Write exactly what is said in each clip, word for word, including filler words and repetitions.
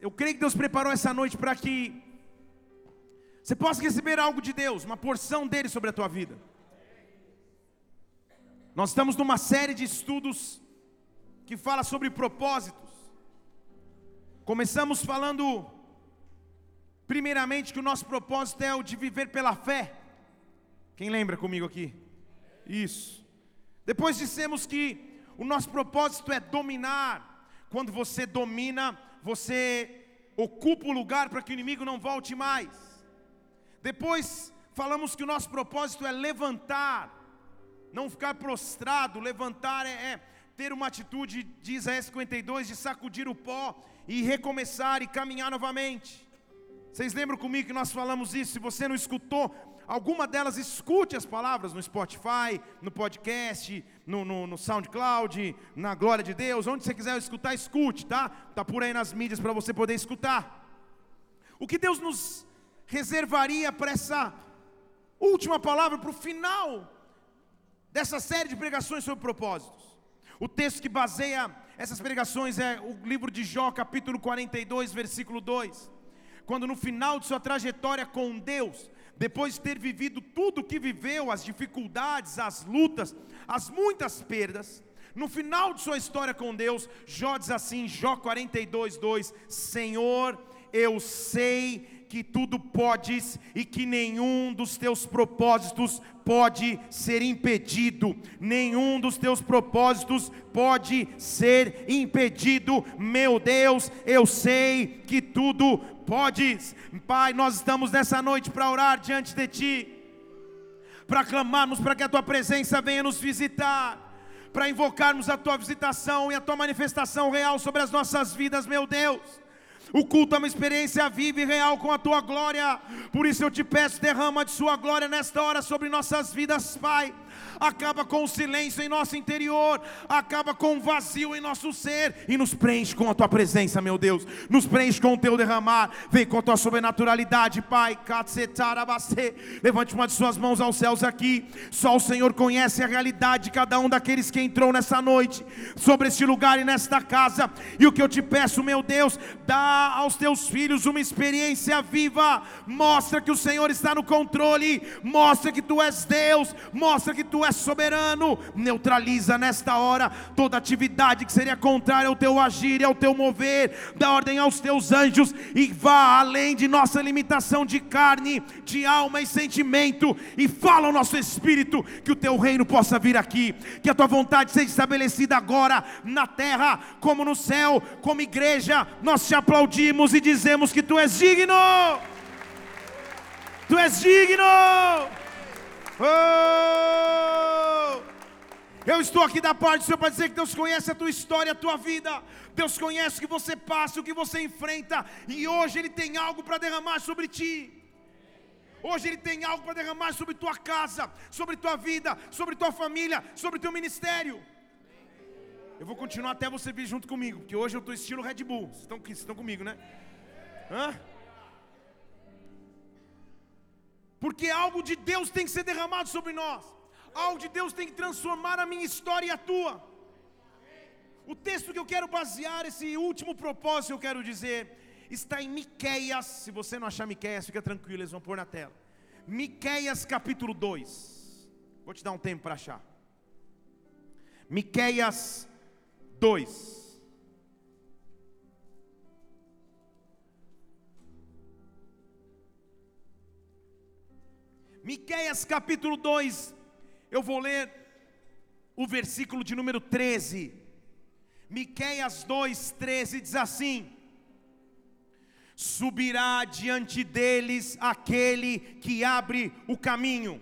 eu creio que Deus preparou essa noite para que você possa receber algo de Deus, uma porção dele sobre a tua vida. Nós estamos numa série de estudos que fala sobre propósitos. Começamos falando, primeiramente, que o nosso propósito é o de viver pela fé. Quem lembra comigo aqui? Isso. Depois dissemos que o nosso propósito é dominar. Quando você domina, você ocupa o lugar para que o inimigo não volte mais. Depois falamos que o nosso propósito é levantar, não ficar prostrado. Levantar é, é ter uma atitude de Isaías cinquenta e dois, de sacudir o pó e recomeçar e caminhar novamente. Vocês lembram comigo que nós falamos isso? Se você não escutou alguma delas, escute as palavras no Spotify, no podcast, no, no, no SoundCloud, na Glória de Deus, onde você quiser escutar, escute, tá? Tá por aí nas mídias para você poder escutar. O que Deus nos reservaria para essa última palavra, para o final dessa série de pregações sobre propósitos? O texto que baseia essas pregações é o livro de Jó, capítulo quarenta e dois, versículo dois. Quando no final de sua trajetória com Deus, depois de ter vivido tudo o que viveu, as dificuldades, as lutas, as muitas perdas, no final de sua história com Deus, Jó diz assim, Jó quarenta e dois, dois: Senhor, eu sei que tudo podes e que nenhum dos teus propósitos pode ser impedido. Nenhum dos teus propósitos pode ser impedido. Meu Deus, eu sei que tudo podes. Pai, nós estamos nessa noite para orar diante de Ti, para clamarmos para que a Tua presença venha nos visitar, para invocarmos a Tua visitação e a Tua manifestação real sobre as nossas vidas, meu Deus. O culto é uma experiência viva e real com a Tua glória. Por isso eu te peço, derrama de Sua glória nesta hora sobre nossas vidas, Pai. Acaba com o silêncio em nosso interior, acaba com o vazio em nosso ser e nos preenche com a Tua presença, meu Deus. Nos preenche com o Teu derramar. Vem com a Tua sobrenaturalidade, Pai. Levante uma de suas mãos aos céus aqui. Só o Senhor conhece a realidade de cada um daqueles que entrou nessa noite, sobre este lugar e nesta casa. E o que eu te peço, meu Deus, dá aos Teus filhos uma experiência viva. Mostra que o Senhor está no controle. Mostra que Tu és Deus. Mostra que Tu és soberano. Neutraliza nesta hora toda atividade que seria contrária ao Teu agir e ao Teu mover. Dá ordem aos Teus anjos e vá além de nossa limitação de carne, de alma e sentimento, e fala ao nosso espírito que o Teu reino possa vir aqui, que a Tua vontade seja estabelecida agora na terra como no céu. Como igreja nós te aplaudimos e dizemos que Tu és digno. Tu és digno. Oh! Eu estou aqui da parte do Senhor para dizer que Deus conhece a tua história, a tua vida. Deus conhece o que você passa, o que você enfrenta. E hoje Ele tem algo para derramar sobre ti. Hoje Ele tem algo para derramar sobre tua casa, sobre tua vida, sobre tua família, sobre teu ministério. Eu vou continuar até você vir junto comigo, porque hoje eu estou estilo Red Bull. Vocês estão, vocês estão comigo, né? Hã? Porque algo de Deus tem que ser derramado sobre nós. Algo de Deus tem que transformar a minha história e a tua. O texto que eu quero basear, esse último propósito eu quero dizer, está em Miqueias. Se você não achar Miqueias, fica tranquilo, eles vão pôr na tela. Miqueias capítulo dois. Vou te dar um tempo para achar. Miqueias dois. Miqueias capítulo dois, eu vou ler o versículo de número treze. Miqueias dois, treze diz assim: subirá diante deles aquele que abre o caminho.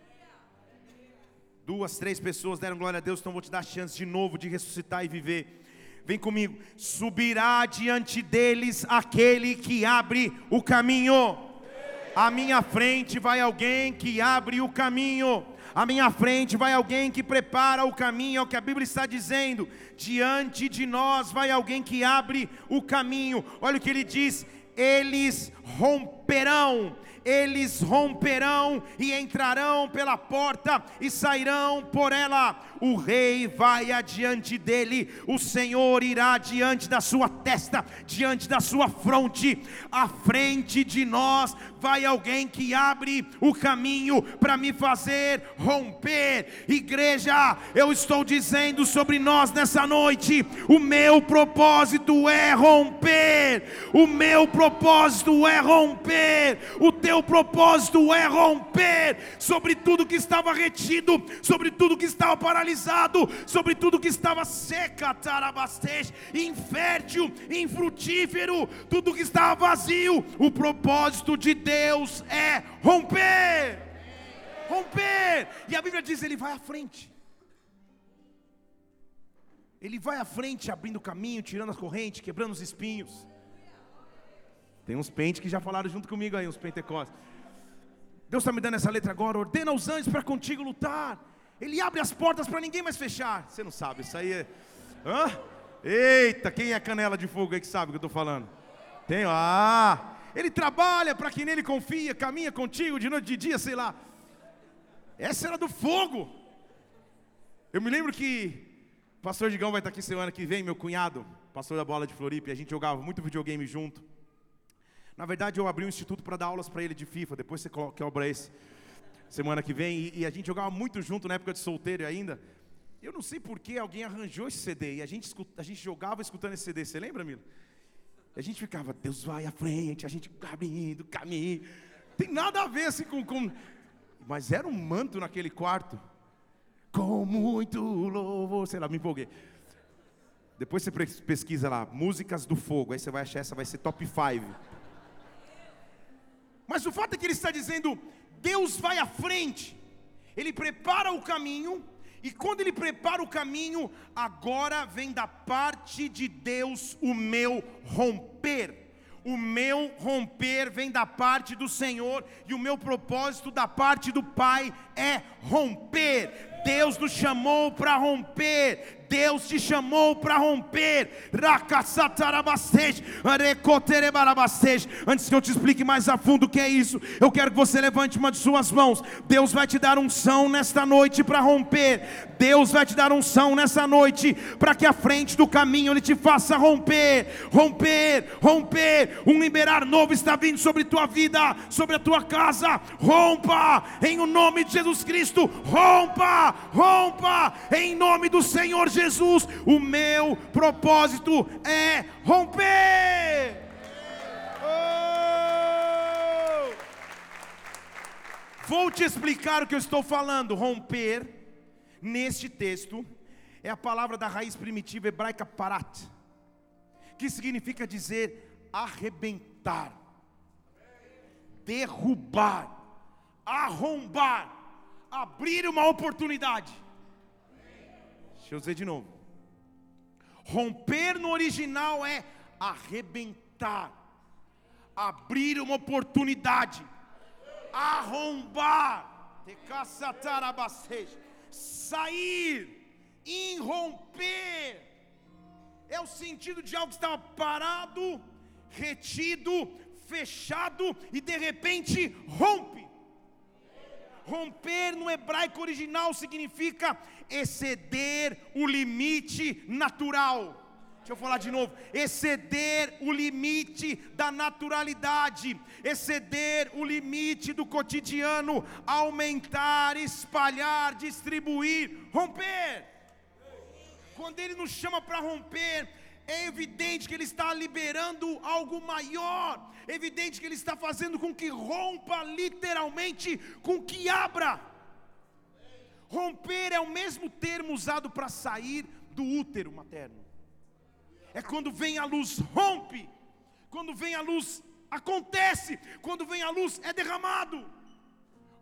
Duas, três pessoas deram glória a Deus, então vou te dar a chance de novo de ressuscitar e viver. Vem comigo. Subirá diante deles aquele que abre o caminho. À minha frente vai alguém que abre o caminho. À minha frente vai alguém que prepara o caminho. É o que a Bíblia está dizendo. Diante de nós vai alguém que abre o caminho. Olha o que ele diz: eles romperão. Eles romperão e entrarão pela porta e sairão por ela. O rei vai adiante dele, o Senhor irá diante da sua testa, diante da sua fronte. À frente de nós vai alguém que abre o caminho para me fazer romper. Igreja, eu estou dizendo sobre nós nessa noite: o meu propósito é romper. O meu propósito é romper. O teu propósito é romper sobre tudo que estava retido, sobre tudo que estava paralisado, sobre tudo que estava seca, tarabastej, infértil, infrutífero, tudo que estava vazio. O propósito de Deus é romper. Romper. E a Bíblia diz: ele vai à frente. Ele vai à frente, abrindo o caminho, tirando as correntes, quebrando os espinhos. Tem uns pentes que já falaram junto comigo aí, uns pentecostes. Deus está me dando essa letra agora. Ordena aos anjos para contigo lutar. Ele abre as portas para ninguém mais fechar. Você não sabe, isso aí é... Hã? Eita, quem é canela de fogo aí que sabe o que eu estou falando? Tem, ah... Ele trabalha para quem nele confia, caminha contigo de noite, de dia, sei lá. Essa era do fogo. Eu me lembro que o pastor Digão vai estar aqui semana que vem, meu cunhado, pastor da bola de Floripa, e a gente jogava muito videogame junto. Na verdade, eu abri um instituto para dar aulas para ele de FIFA. Depois você cobra esse semana que vem. E, e a gente jogava muito junto na época de solteiro ainda. Eu não sei porque alguém arranjou esse C D. E a gente, escuta, a gente jogava escutando esse C D. Você lembra, Milo? E a gente ficava: Deus vai à frente, a gente abrindo caminho. Tem nada a ver assim com, com... Mas era um manto naquele quarto. Com muito louvor. Sei lá, me empolguei. Depois você pesquisa lá, músicas do fogo. Aí você vai achar, essa vai ser top cinco. Mas o fato é que ele está dizendo: Deus vai à frente, Ele prepara o caminho, e quando Ele prepara o caminho, agora vem da parte de Deus o meu romper. O meu romper vem da parte do Senhor, e o meu propósito da parte do Pai é romper. Deus nos chamou para romper. Deus te chamou para romper. Antes que eu te explique mais a fundo o que é isso, eu quero que você levante uma de suas mãos. Deus vai te dar unção nesta noite para romper. Deus vai te dar unção nessa noite para que à frente do caminho Ele te faça romper. Romper, romper. Um liberar novo está vindo sobre tua vida, sobre a tua casa. Rompa em o nome de Jesus Cristo. Rompa, rompa em nome do Senhor Jesus. O meu propósito é romper. Oh! Vou te explicar o que eu estou falando. Romper, neste texto, é a palavra da raiz primitiva hebraica parat, que significa dizer arrebentar, derrubar, arrombar, abrir uma oportunidade. Deixa eu dizer de novo. Romper no original é arrebentar, abrir uma oportunidade, arrombar, sair, irromper. É o sentido de algo que estava parado, retido, fechado, e de repente rompe. Romper no hebraico original significa exceder o limite natural. Deixa eu falar de novo. Exceder o limite da naturalidade, exceder o limite do cotidiano, aumentar, espalhar, distribuir, romper. Quando Ele nos chama para romper, é evidente que Ele está liberando algo maior. É evidente que Ele está fazendo com que rompa literalmente, com que abra. Romper é o mesmo termo usado para sair do útero materno. É quando vem a luz, rompe. Quando vem a luz, acontece. Quando vem a luz, é derramado.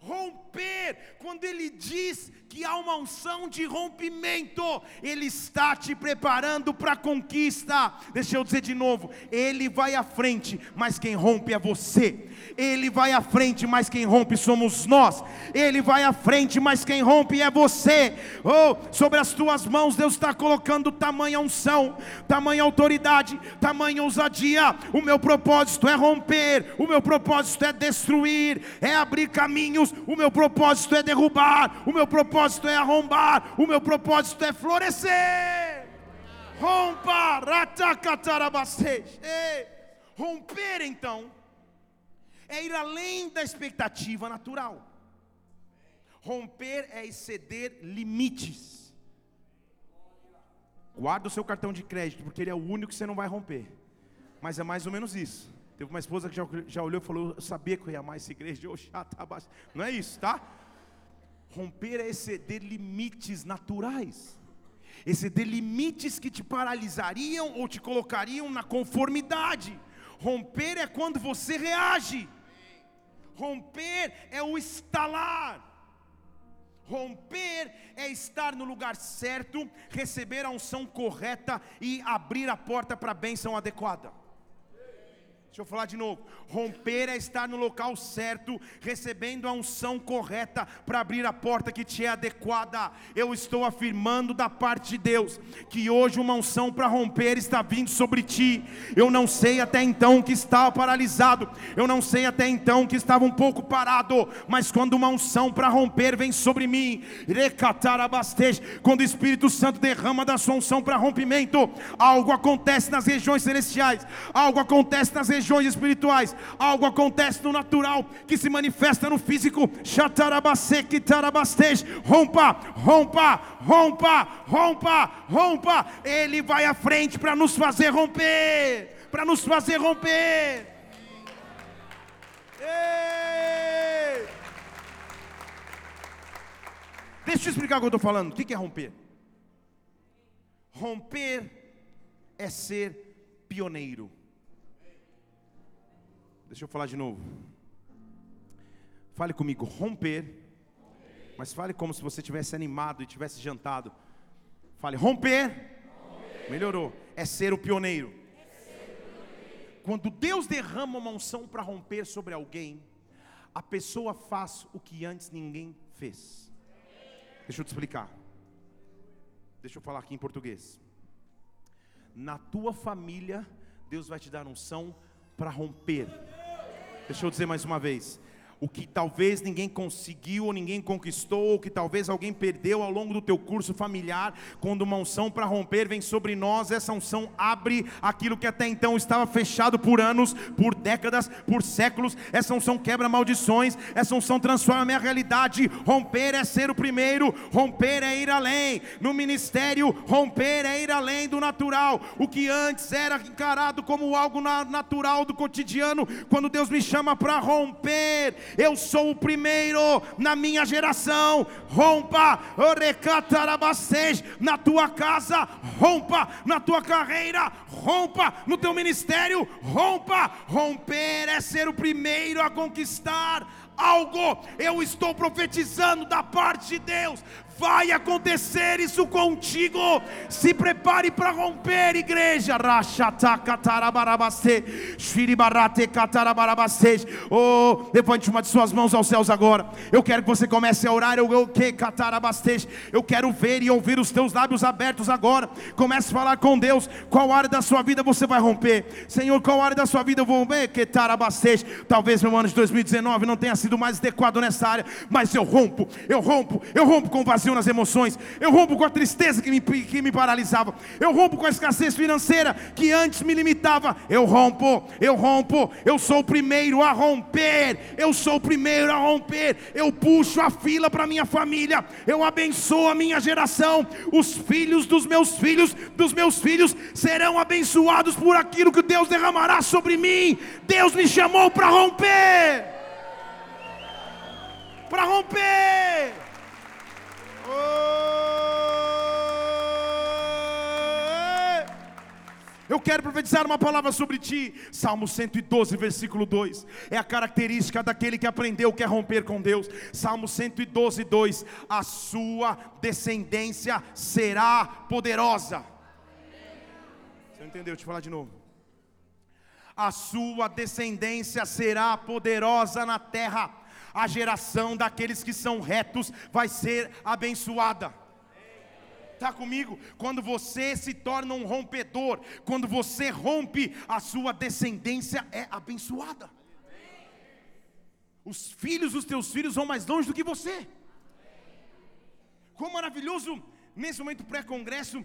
Romper, quando Ele diz que há uma unção de rompimento, Ele está te preparando para a conquista. Deixa eu dizer de novo, Ele vai à frente, mas quem rompe é você. Ele vai à frente, mas quem rompe somos nós. Ele vai à frente, mas quem rompe é você. Oh, sobre as tuas mãos Deus está colocando tamanha unção, tamanha autoridade, tamanha ousadia. O meu propósito é romper, o meu propósito é destruir, é abrir caminhos, o meu propósito é derrubar, o meu propósito é arrombar, o meu propósito é florescer. Rompa, ratacatarabacê. Romper então é ir além da expectativa natural. Romper é exceder limites. Guarda o seu cartão de crédito, porque ele é o único que você não vai romper. Mas é mais ou menos isso. Teve uma esposa que já, já olhou e falou: eu sabia que eu ia amar essa igreja. Eu, não é isso, tá? Romper é exceder limites naturais. Exceder limites que te paralisariam ou te colocariam na conformidade. Romper é quando você reage. Romper é o estalar. Romper é estar no lugar certo, receber a unção correta e abrir a porta para a bênção adequada. Deixa eu falar de novo. Romper é estar no local certo, recebendo a unção correta para abrir a porta que te é adequada. Eu estou afirmando da parte de Deus que hoje uma unção para romper está vindo sobre ti. Eu não sei até então que estava paralisado, eu não sei até então que estava um pouco parado, mas quando uma unção para romper vem sobre mim, quando o Espírito Santo derrama da sua unção para rompimento, algo acontece nas regiões celestiais, algo acontece nas regiões espirituais, algo acontece no natural que se manifesta no físico. Rompa, rompa, rompa, rompa, rompa. Ele vai à frente para nos fazer romper, para nos fazer romper. Ei! Deixa eu te explicar o que eu estou falando. O que é romper? Romper é ser pioneiro. Deixa eu falar de novo. Fale comigo, romper. Mas fale como se você tivesse animado e tivesse jantado. Fale, romper. romper. Melhorou. É ser o pioneiro. É ser o pioneiro. Quando Deus derrama uma unção para romper sobre alguém, a pessoa faz o que antes ninguém fez. Deixa eu te explicar. Deixa eu falar aqui em português. Na tua família, Deus vai te dar unção para romper. Deixa eu dizer mais uma vez. O que talvez ninguém conseguiu ou ninguém conquistou, ou que talvez alguém perdeu ao longo do teu curso familiar, quando uma unção para romper vem sobre nós, essa unção abre aquilo que até então estava fechado por anos, por décadas, por séculos. Essa unção quebra maldições, essa unção transforma a minha realidade. Romper é ser o primeiro, romper é ir além. No ministério, romper é ir além do natural. O que antes era encarado como algo natural do cotidiano, quando Deus me chama para romper, eu sou o primeiro na minha geração. Rompa, na tua casa, rompa na tua carreira, rompa no teu ministério, rompa. Romper é ser o primeiro a conquistar algo. Eu estou profetizando da parte de Deus. Vai acontecer isso contigo. Se prepare para romper, igreja. Oh, levante uma de suas mãos aos céus agora. Eu quero que você comece a orar. Eu, eu, eu quero ver e ouvir os teus lábios abertos agora. Comece a falar com Deus. Qual área da sua vida você vai romper? Senhor, qual área da sua vida eu vou romper? Talvez meu ano de dois mil e dezenove não tenha sido mais adequado nessa área, mas eu rompo, eu rompo, eu rompo com o vazio nas emoções, eu rompo com a tristeza que me, que me paralisava, eu rompo com a escassez financeira que antes me limitava. Eu rompo, eu rompo, eu sou o primeiro a romper, eu sou o primeiro a romper. Eu puxo a fila para minha família, eu abençoo a minha geração. Os filhos dos meus filhos, dos meus filhos serão abençoados por aquilo que Deus derramará sobre mim. Deus me chamou para romper, para romper. Oh, Eu quero profetizar uma palavra sobre ti. Salmo cento e doze, versículo dois. É a característica daquele que aprendeu que é romper com Deus. Salmo cento e doze, dois. A sua descendência será poderosa. Você não entendeu? Deixa eu falar de novo. A sua descendência será poderosa na terra. A geração daqueles que são retos vai ser abençoada. Está comigo? Quando você se torna um rompedor, quando você rompe, a sua descendência é abençoada. Os filhos dos teus filhos vão mais longe do que você. Quão maravilhoso, nesse momento pré-congresso,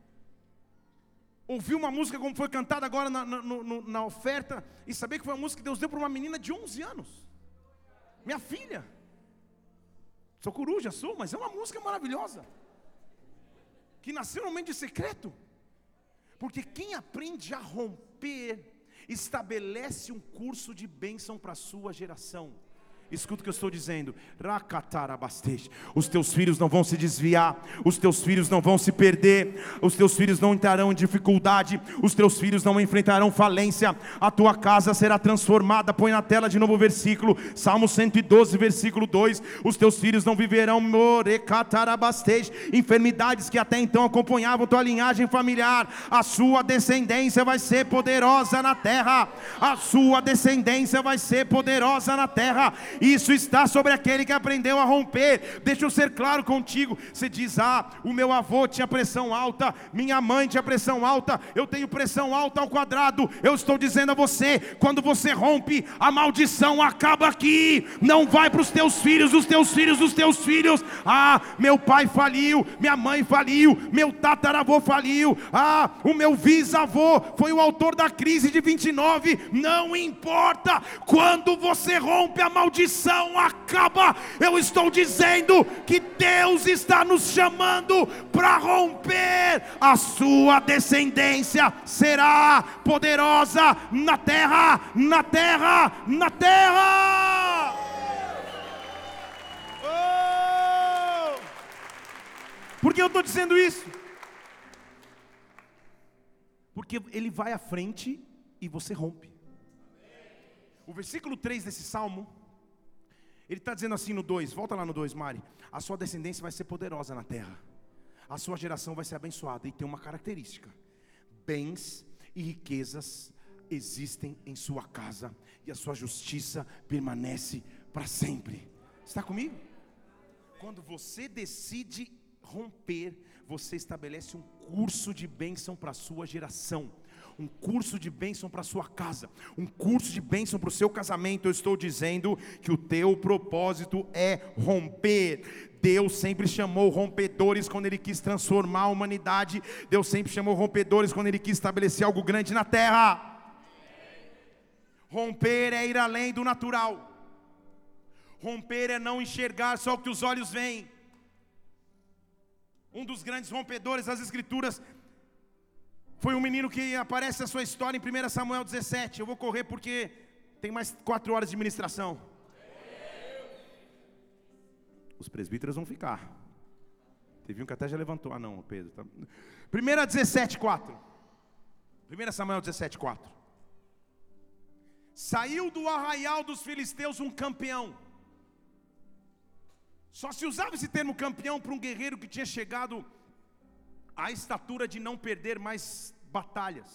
ouvir uma música como foi cantada agora na, na, no, na oferta, e saber que foi uma música que Deus deu para uma menina de onze anos, minha filha. Sou coruja, sou, mas é uma música maravilhosa, que nasceu no momento de secreto. Porque quem aprende a romper, estabelece um curso de bênção para a sua geração. Escuta o que eu estou dizendo. Os teus filhos não vão se desviar, os teus filhos não vão se perder, os teus filhos não entrarão em dificuldade, os teus filhos não enfrentarão falência, a tua casa será transformada. Põe na tela de novo o versículo, Salmo cento e doze, versículo dois. Os teus filhos não viverão enfermidades que até então acompanhavam tua linhagem familiar. A sua descendência vai ser poderosa na terra. A sua descendência vai ser poderosa na terra. Isso está sobre aquele que aprendeu a romper. Deixa eu ser claro contigo. Você diz: ah, o meu avô tinha pressão alta, minha mãe tinha pressão alta, eu tenho pressão alta ao quadrado. Eu estou dizendo a você, quando você rompe, a maldição acaba aqui. Não vai para os teus filhos, os teus filhos, os teus filhos. Ah, meu pai faliu, minha mãe faliu, meu tataravô faliu, ah, o meu bisavô foi o autor da crise de vinte e nove. Não importa, quando você rompe, a maldição acaba. Eu estou dizendo que Deus está nos chamando para romper. A sua descendência será poderosa na terra, na terra, na terra. Oh! Por que eu estou dizendo isso? Porque ele vai à frente e você rompe. O versículo três desse salmo, ele está dizendo assim no dois, volta lá no dois, Mari. A sua descendência vai ser poderosa na terra, a sua geração vai ser abençoada. E tem uma característica: bens e riquezas existem em sua casa, e a sua justiça permanece para sempre. Está comigo? Quando você decide romper, você estabelece um curso de bênção para a sua geração, um curso de bênção para a sua casa, um curso de bênção para o seu casamento. Eu estou dizendo que o teu propósito é romper. Deus sempre chamou rompedores quando Ele quis transformar a humanidade. Deus sempre chamou rompedores quando Ele quis estabelecer algo grande na terra. Romper é ir além do natural. Romper é não enxergar só o que os olhos veem. Um dos grandes rompedores das Escrituras foi um menino que aparece a sua história em primeiro Samuel dezessete. Eu vou correr porque tem mais quatro horas de ministração. Os presbíteros vão ficar. Teve um que até já levantou. Ah não, Pedro tá... primeiro dezessete, quatro. primeiro Samuel dezessete, quatro. Saiu do arraial dos filisteus um campeão. Só se usava esse termo campeão para um guerreiro que tinha chegado a estatura de não perder mais batalhas,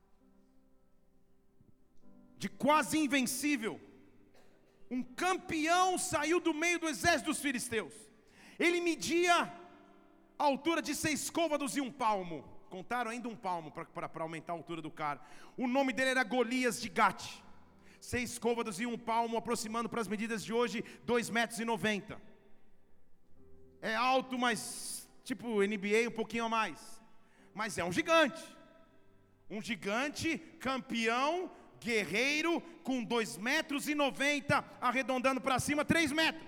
de quase invencível. Um campeão saiu do meio do exército dos filisteus. Ele media a altura de seis côvados e um palmo. Contaram ainda um palmo para aumentar a altura do cara. O nome dele era Golias de Gate. Seis côvados e um palmo, aproximando para as medidas de hoje, dois metros e noventa. É alto, mas tipo N B A, um pouquinho a mais. Mas é um gigante. Um gigante, campeão, guerreiro, com dois metros e noventa, arredondando para cima, três metros.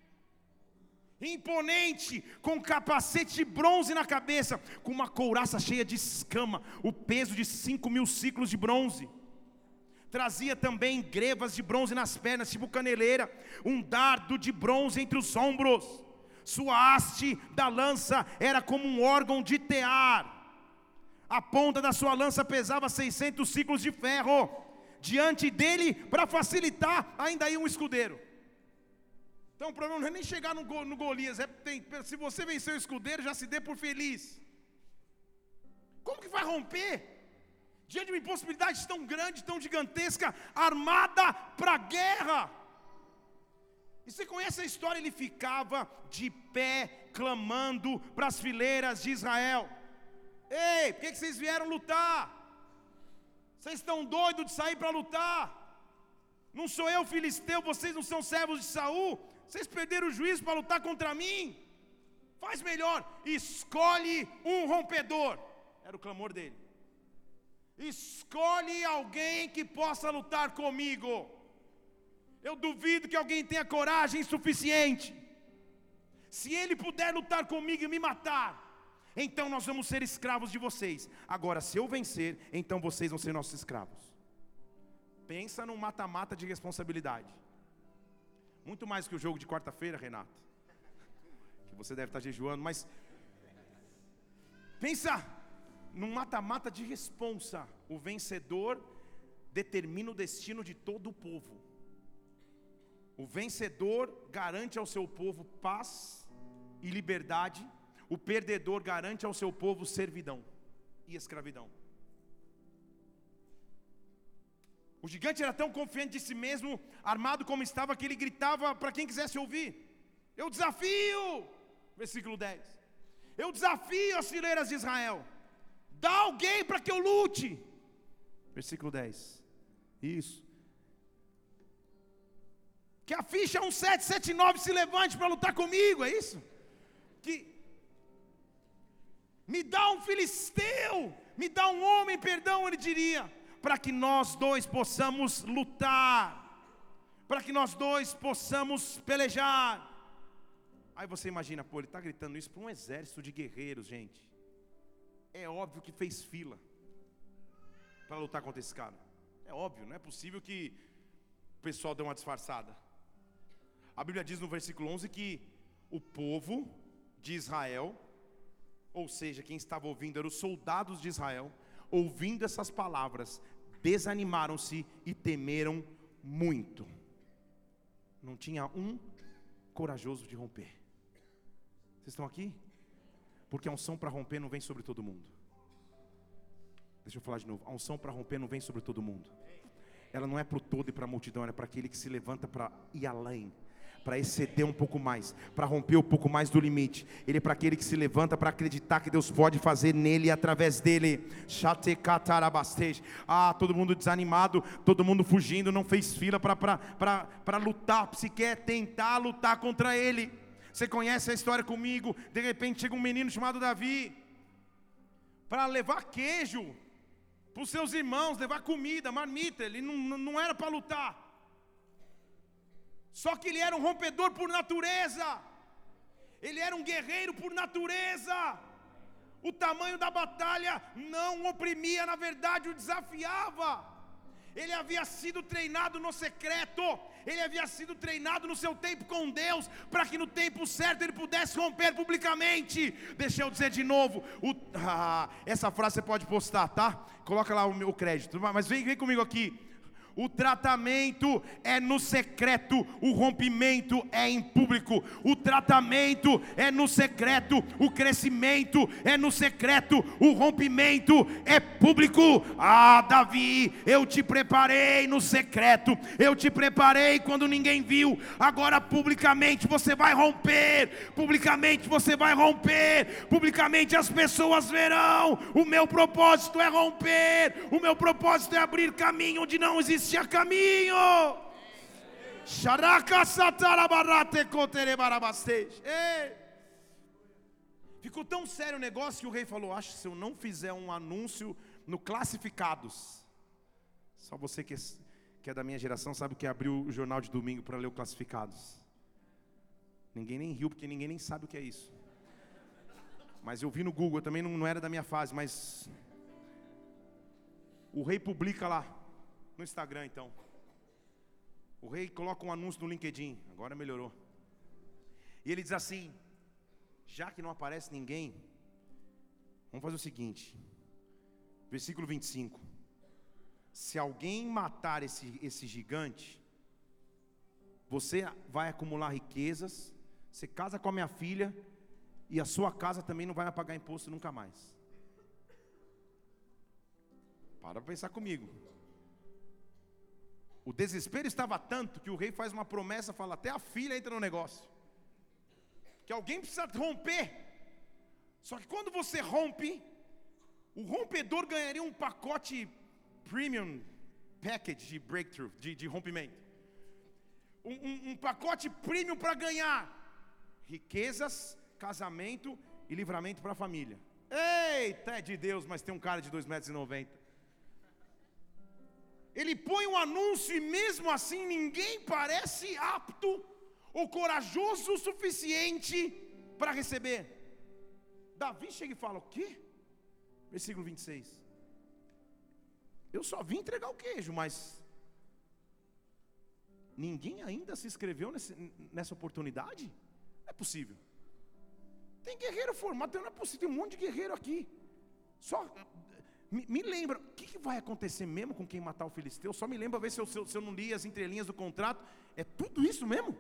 Imponente, com capacete de bronze na cabeça, com uma couraça cheia de escama, o peso de cinco mil ciclos de bronze. Trazia também grevas de bronze nas pernas, tipo caneleira, um dardo de bronze entre os ombros. Sua haste da lança era como um órgão de tear. A ponta da sua lança pesava seiscentos ciclos de ferro. Diante dele, para facilitar, ainda ia um escudeiro. Então o problema não é nem chegar no, go, no Golias, é, tem, se você vencer o escudeiro, já se dê por feliz. Como que vai romper? Diante de uma impossibilidade tão grande, tão gigantesca, armada para a guerra. E você conhece a história? Ele ficava de pé, clamando para as fileiras de Israel: ei, por que vocês vieram lutar? Vocês estão doidos de sair para lutar? Não sou eu filisteu, vocês não são servos de Saul? Vocês perderam o juízo para lutar contra mim? Faz melhor, escolhe um rompedor. Era o clamor dele. Escolhe alguém que possa lutar comigo. Eu duvido que alguém tenha coragem suficiente. Se ele puder lutar comigo e me matar, então nós vamos ser escravos de vocês. Agora, se eu vencer, então vocês vão ser nossos escravos. Pensa num mata-mata de responsabilidade. Muito mais que o jogo de quarta-feira, Renato, que você deve estar jejuando, mas pensa num mata-mata de responsa. O vencedor determina o destino de todo o povo. O vencedor garante ao seu povo paz e liberdade. O perdedor garante ao seu povo servidão e escravidão. O gigante era tão confiante de si mesmo, armado como estava, que ele gritava para quem quisesse ouvir: eu desafio, versículo dez, eu desafio as fileiras de Israel, dá alguém para que eu lute. Versículo dez, isso, que a ficha um sete sete nove se levante para lutar comigo, é isso? Que me dá um filisteu, me dá um homem, perdão, ele diria, para que nós dois possamos lutar, para que nós dois possamos pelejar. Aí você imagina, pô, ele está gritando isso para um exército de guerreiros, gente. É óbvio que fez fila para lutar contra esse cara. É óbvio, não é possível que o pessoal dê uma disfarçada. A Bíblia diz no versículo onze que o povo de Israel, ou seja, quem estava ouvindo eram os soldados de Israel, ouvindo essas palavras, desanimaram-se e temeram muito. Não tinha um corajoso de romper. Vocês estão aqui? Porque a unção para romper não vem sobre todo mundo. Deixa eu falar de novo. A unção para romper não vem sobre todo mundo. Ela não é para o todo e para a multidão, é para aquele que se levanta para ir além, para exceder um pouco mais, para romper um pouco mais do limite. Ele é para aquele que se levanta para acreditar que Deus pode fazer nele e através dele. Ah, todo mundo desanimado, todo mundo fugindo, não fez fila para lutar, se quer tentar lutar contra ele. Você conhece a história comigo? De repente chega um menino chamado Davi para levar queijo para os seus irmãos, levar comida, marmita. Ele não, não era para lutar. Só que ele era um rompedor por natureza. Ele era um guerreiro por natureza. O tamanho da batalha não o oprimia, na verdade o desafiava. Ele havia sido treinado no secreto. Ele havia sido treinado no seu tempo com Deus, para que no tempo certo ele pudesse romper publicamente. Deixa eu dizer de novo, o, ah, essa frase você pode postar, tá? Coloca lá o meu crédito, mas vem, vem comigo aqui. O tratamento é no secreto, o rompimento é em público. O tratamento é no secreto, o crescimento é no secreto, o rompimento é público. Ah, Davi, eu te preparei no secreto, eu te preparei quando ninguém viu. Agora publicamente você vai romper, publicamente você vai romper, publicamente as pessoas verão. O meu propósito é romper, o meu propósito é abrir caminho onde não existe a caminho. Ficou tão sério o negócio que o rei falou: acho que se eu não fizer um anúncio no Classificados, só você que é, que é da minha geração sabe o que é abrir o jornal de domingo para ler o Classificados. Ninguém nem riu, porque ninguém nem sabe o que é isso. Mas eu vi no Google, também não, não era da minha fase, mas o rei publica lá no Instagram. Então o rei coloca um anúncio no LinkedIn, agora melhorou, e ele diz assim: já que não aparece ninguém, vamos fazer o seguinte, Versículo vinte e cinco. Se alguém matar esse, esse gigante, você vai acumular riquezas, você casa com a minha filha, e a sua casa também não vai pagar imposto nunca mais. Para para pensar comigo. O desespero estava tanto que o rei faz uma promessa, fala, até a filha entra no negócio. Que alguém precisa romper. Só que quando você rompe, o rompedor ganharia um pacote premium package de breakthrough, de, de rompimento. Um, um, um pacote premium para ganhar riquezas, casamento e livramento para a família. Eita, é de Deus, mas tem um cara de dois metros e noventa. Ele põe um anúncio e mesmo assim ninguém parece apto ou corajoso o suficiente para receber. Davi chega e fala, o quê? Versículo vinte e seis. Eu só vim entregar o queijo, mas ninguém ainda se inscreveu nesse, nessa oportunidade? Não é possível. Tem guerreiro formado, não é possível, tem um monte de guerreiro aqui. Só me, me lembra, o que, que vai acontecer mesmo com quem matar o filisteu? Só me lembra ver se eu, se, eu, se eu não li as entrelinhas do contrato. É tudo isso mesmo?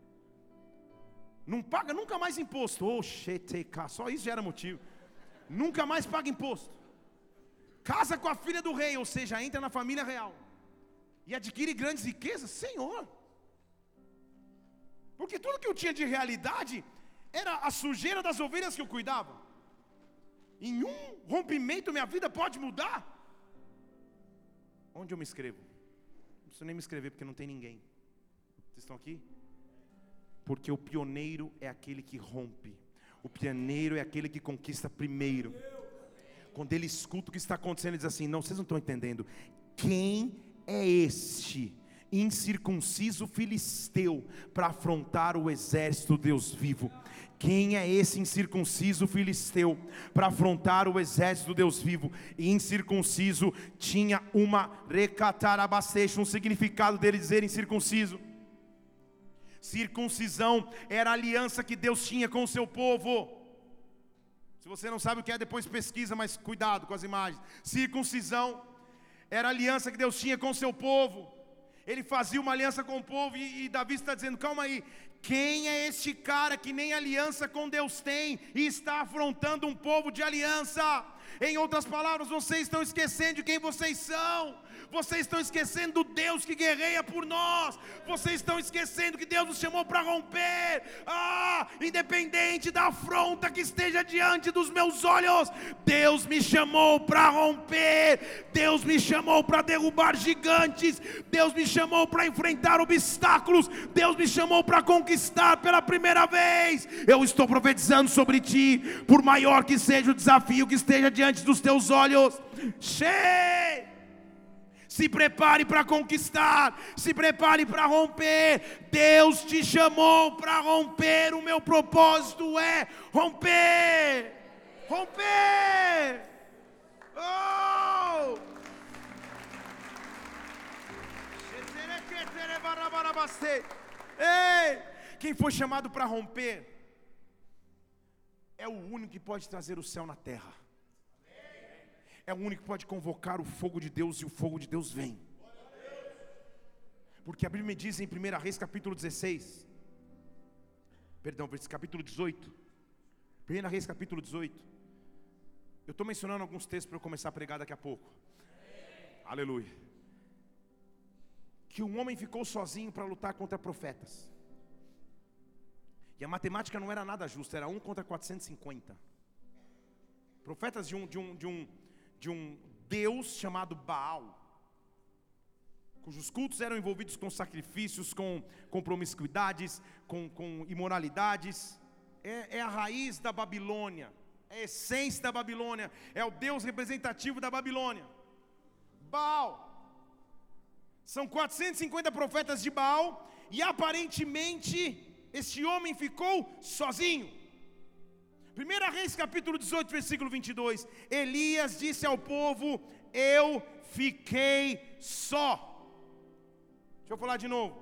Não paga nunca mais imposto. Oh, só isso já era motivo. Nunca mais paga imposto. Casa com a filha do rei, ou seja, entra na família real. E adquire grandes riquezas, Senhor. Porque tudo que eu tinha de realidade era a sujeira das ovelhas que eu cuidava. Em um rompimento minha vida pode mudar. Onde eu me inscrevo? Não preciso nem me inscrever porque não tem ninguém. Vocês estão aqui? Porque o pioneiro é aquele que rompe. O pioneiro é aquele que conquista primeiro. Quando ele escuta o que está acontecendo, ele diz assim, não, vocês não estão entendendo. Quem é este incircunciso filisteu para afrontar o exército do Deus vivo? Quem é esse incircunciso filisteu para afrontar o exército do Deus vivo? E incircunciso tinha uma recatarabasteixa, um significado dele dizer incircunciso. Circuncisão era a aliança que Deus tinha com o seu povo. Se você não sabe o que é, depois pesquisa, mas cuidado com as imagens. Circuncisão era a aliança que Deus tinha com o seu povo. Ele fazia uma aliança com o povo e, e Davi está dizendo, calma aí, quem é este cara que nem aliança com Deus tem e está afrontando um povo de aliança? Em outras palavras, vocês estão esquecendo de quem vocês são. Vocês estão esquecendo do Deus que guerreia por nós. Vocês estão esquecendo que Deus nos chamou para romper. Ah, independente da afronta que esteja diante dos meus olhos, Deus me chamou para romper. Deus me chamou para derrubar gigantes. Deus me chamou para enfrentar obstáculos. Deus me chamou para conquistar pela primeira vez. Eu estou profetizando sobre ti, por maior que seja o desafio que esteja diante dos teus olhos. Cheio. Se prepare para conquistar, se prepare para romper. Deus te chamou para romper. O meu propósito é romper. Romper. Oh! Ei! Quem foi chamado para romper é o único que pode trazer o céu na terra. É o único que pode convocar o fogo de Deus e o fogo de Deus vem. Porque a Bíblia me diz em primeira Reis capítulo dezesseis, perdão, capítulo dezoito, primeira Reis capítulo dezoito. Eu estou mencionando alguns textos para eu começar a pregar daqui a pouco. Aleluia. Que um homem ficou sozinho para lutar contra profetas. E a matemática não era nada justa, era um contra quatrocentos e cinquenta. Profetas de um, de um, de um de um Deus chamado Baal, cujos cultos eram envolvidos com sacrifícios, com, com promiscuidades, com, com imoralidades. É, é a raiz da Babilônia, é a essência da Babilônia, é o Deus representativo da Babilônia. Baal. São quatrocentos e cinquenta profetas de Baal, e aparentemente este homem ficou sozinho. primeira Reis capítulo dezoito, versículo vinte e dois. Elias disse ao povo, eu fiquei só. Deixa eu falar de novo.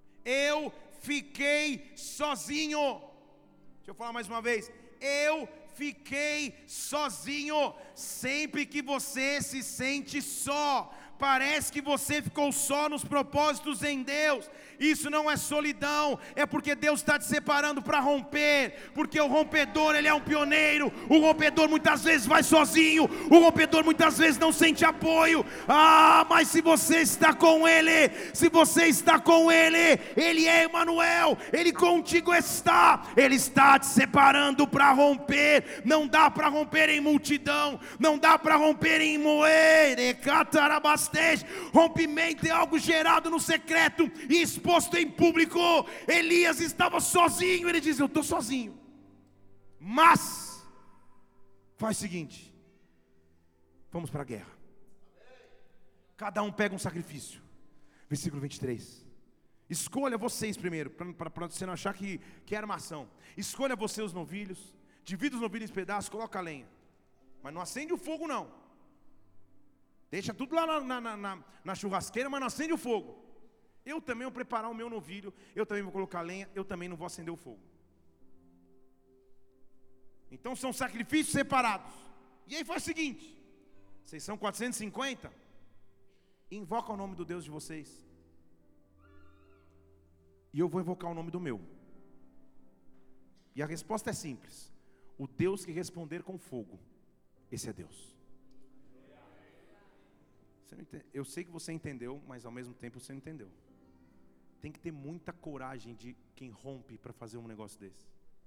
Eu fiquei sozinho. Deixa eu falar mais uma vez. Eu fiquei sozinho. Sempre que você se sente só, parece que você ficou só nos propósitos em Deus, isso não é solidão, é porque Deus está te separando para romper, porque o rompedor, ele é um pioneiro. O rompedor muitas vezes vai sozinho, o rompedor muitas vezes não sente apoio, ah, mas se você está com Ele, se você está com Ele, Ele é Emanuel, Ele contigo está, Ele está te separando para romper. Não dá para romper em multidão, não dá para romper em moer. Rompimento é algo gerado no secreto e exposto em público. Elias estava sozinho, ele diz: eu estou sozinho, mas faz o seguinte, vamos para a guerra, cada um pega um sacrifício. Versículo vinte e três, escolha vocês primeiro, para você não achar que, que é armação. Escolha você os novilhos, divida os novilhos em pedaços, coloca a lenha, mas não acende o fogo não. Deixa tudo lá na, na, na, na churrasqueira, mas não acende o fogo. Eu também vou preparar o meu novilho, eu também vou colocar lenha, eu também não vou acender o fogo. Então são sacrifícios separados. E aí faz o seguinte, vocês são quatrocentos e cinquenta, invoca o nome do Deus de vocês, e eu vou invocar o nome do meu. E a resposta é simples: o Deus que responder com fogo, esse é Deus. Eu sei que você entendeu, mas ao mesmo tempo você não entendeu. Tem que ter muita coragem de quem rompe para fazer um negócio desse.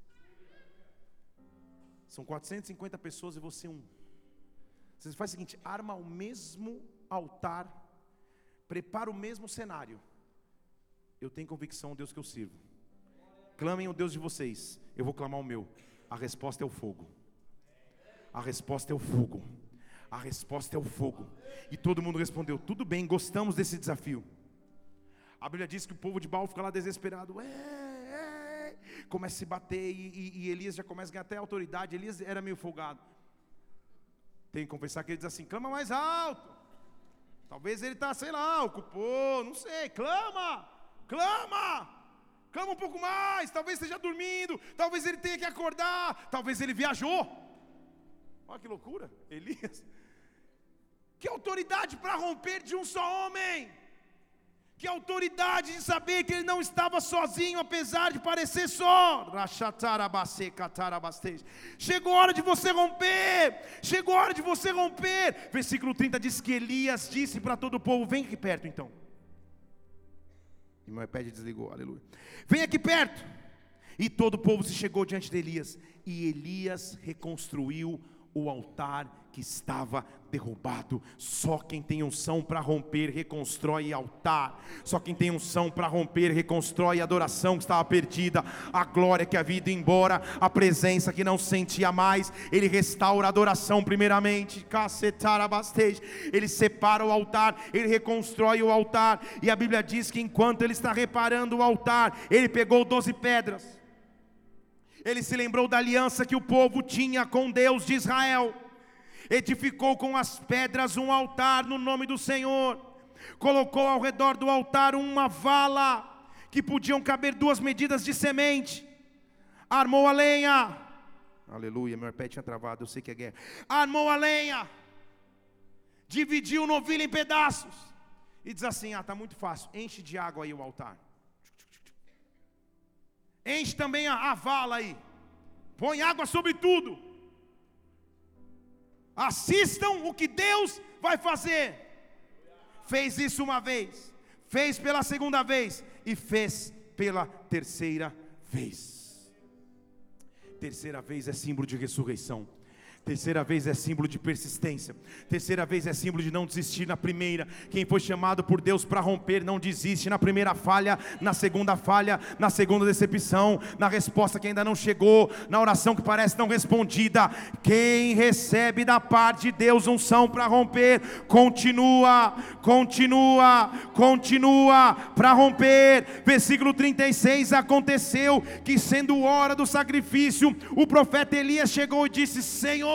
São quatrocentas e cinquenta pessoas e você um. Você faz o seguinte: arma o mesmo altar, prepara o mesmo cenário. Eu tenho convicção no Deus que eu sirvo. Clamem o Deus de vocês, eu vou clamar o meu. A resposta é o fogo. A resposta é o fogo. A resposta é o fogo. E todo mundo respondeu: tudo bem, gostamos desse desafio. A Bíblia diz que o povo de Baal fica lá desesperado, é, é, começa a se bater, e, e, e Elias já começa a ganhar até autoridade. Elias era meio folgado. Tem que confessar que ele diz assim: clama mais alto. Talvez ele está, sei lá, ocupou, não sei, clama, clama, clama um pouco mais. Talvez esteja dormindo, talvez ele tenha que acordar, talvez ele viajou. Olha que loucura, Elias. Que autoridade para romper de um só homem. Que autoridade de saber que ele não estava sozinho, apesar de parecer só. Chegou a hora de você romper. Chegou a hora de você romper. Versículo trinta diz que Elias disse para todo o povo: vem aqui perto então. E meu iPad desligou, aleluia. Vem aqui perto. E todo o povo se chegou diante de Elias. E Elias reconstruiu o altar que estava derrubado. Só quem tem unção para romper reconstrói altar. Só quem tem unção para romper reconstrói a adoração que estava perdida, a glória que havia ido embora, a presença que não sentia mais. Ele restaura a adoração primeiramente. Ele separa o altar, ele reconstrói o altar. E a Bíblia diz que enquanto ele está reparando o altar, ele pegou doze pedras. Ele se lembrou da aliança que o povo tinha com Deus de Israel. Edificou com as pedras um altar no nome do Senhor. Colocou ao redor do altar uma vala que podiam caber duas medidas de semente. Armou a lenha. Aleluia, meu pé tinha travado, eu sei que é guerra. Armou a lenha. Dividiu o novilho em pedaços. E diz assim: ah, está muito fácil, enche de água aí o altar. Enche também a, a vala aí. Põe água sobre tudo. Assistam o que Deus vai fazer. Fez isso uma vez, fez pela segunda vez e fez pela terceira vez. Terceira vez é símbolo de ressurreição. Terceira vez é símbolo de persistência. Terceira vez é símbolo de não desistir na primeira. Quem foi chamado por Deus para romper não desiste na primeira falha, na segunda falha, na segunda decepção, na resposta que ainda não chegou, na oração que parece não respondida. Quem recebe da parte de Deus unção para romper, continua, continua, continua para romper. Versículo trinta e seis, aconteceu que sendo hora do sacrifício, o profeta Elias chegou e disse: Senhor,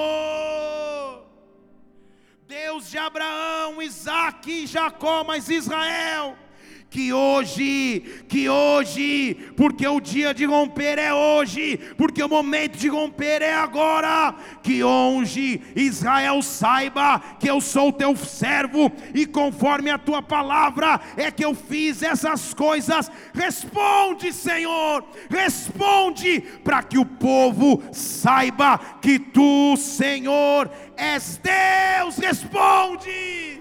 Deus de Abraão, Isaque e Jacó, mas Israel, que hoje, que hoje, porque o dia de romper é hoje, porque o momento de romper é agora, que hoje Israel saiba que eu sou teu servo, e conforme a tua palavra é que eu fiz essas coisas. Responde, Senhor, responde, para que o povo saiba que tu, Senhor, és Deus. Responde. Ei!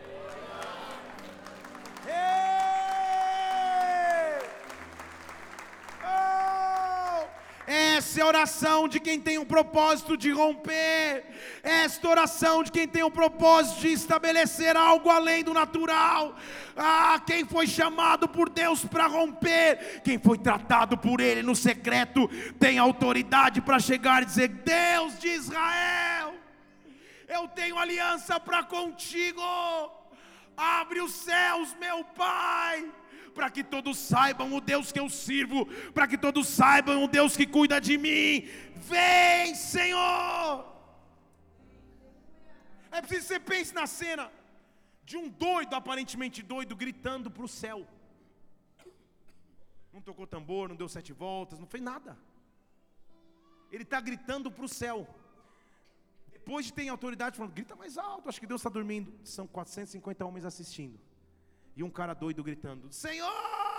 Oh! Essa é a oração de quem tem um propósito de romper. Esta oração de quem tem um propósito de estabelecer algo além do natural. Ah, quem foi chamado por Deus para romper, quem foi tratado por Ele no secreto, tem autoridade para chegar e dizer: Deus de Israel, eu tenho aliança para contigo. Abre os céus, meu Pai, para que todos saibam o Deus que eu sirvo, para que todos saibam o Deus que cuida de mim. Vem, Senhor. É preciso que você pense na cena de um doido, aparentemente doido, gritando para o céu. Não tocou tambor, não deu sete voltas, não fez nada. Ele está gritando para o céu. Depois de ter autoridade, falando: grita mais alto, acho que Deus está dormindo. São quatrocentos e cinquenta homens assistindo, e um cara doido gritando: Senhor,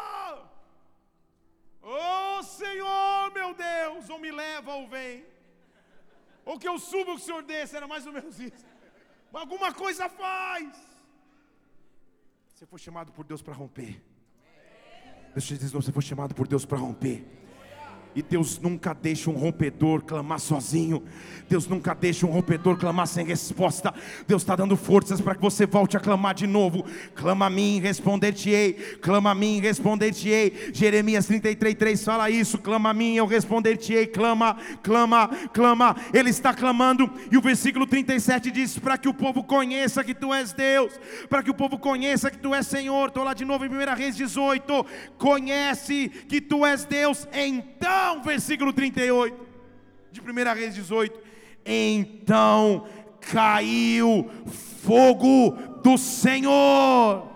oh Senhor, meu Deus, ou me leva ou vem, ou que eu suba, o que o Senhor desce. Era mais ou menos isso. Alguma coisa faz. Você foi chamado por Deus para romper. Deixa eu te dizer, você foi chamado por Deus para romper. E Deus nunca deixa um rompedor clamar sozinho. Deus nunca deixa um rompedor clamar sem resposta. Deus está dando forças para que você volte a clamar de novo. Clama a mim, responder-te-ei. Clama a mim, responder-te-ei. Jeremias trinta e três, três fala isso. Clama a mim, eu responder-te-ei. Clama, clama, clama. Ele está clamando. E o versículo trinta e sete diz: para que o povo conheça que tu és Deus, para que o povo conheça que tu és Senhor. Estou lá de novo em primeira Reis dezoito. Conhece que tu és Deus. Então, versículo trinta e oito de primeira Reis dezoito: então caiu fogo do Senhor.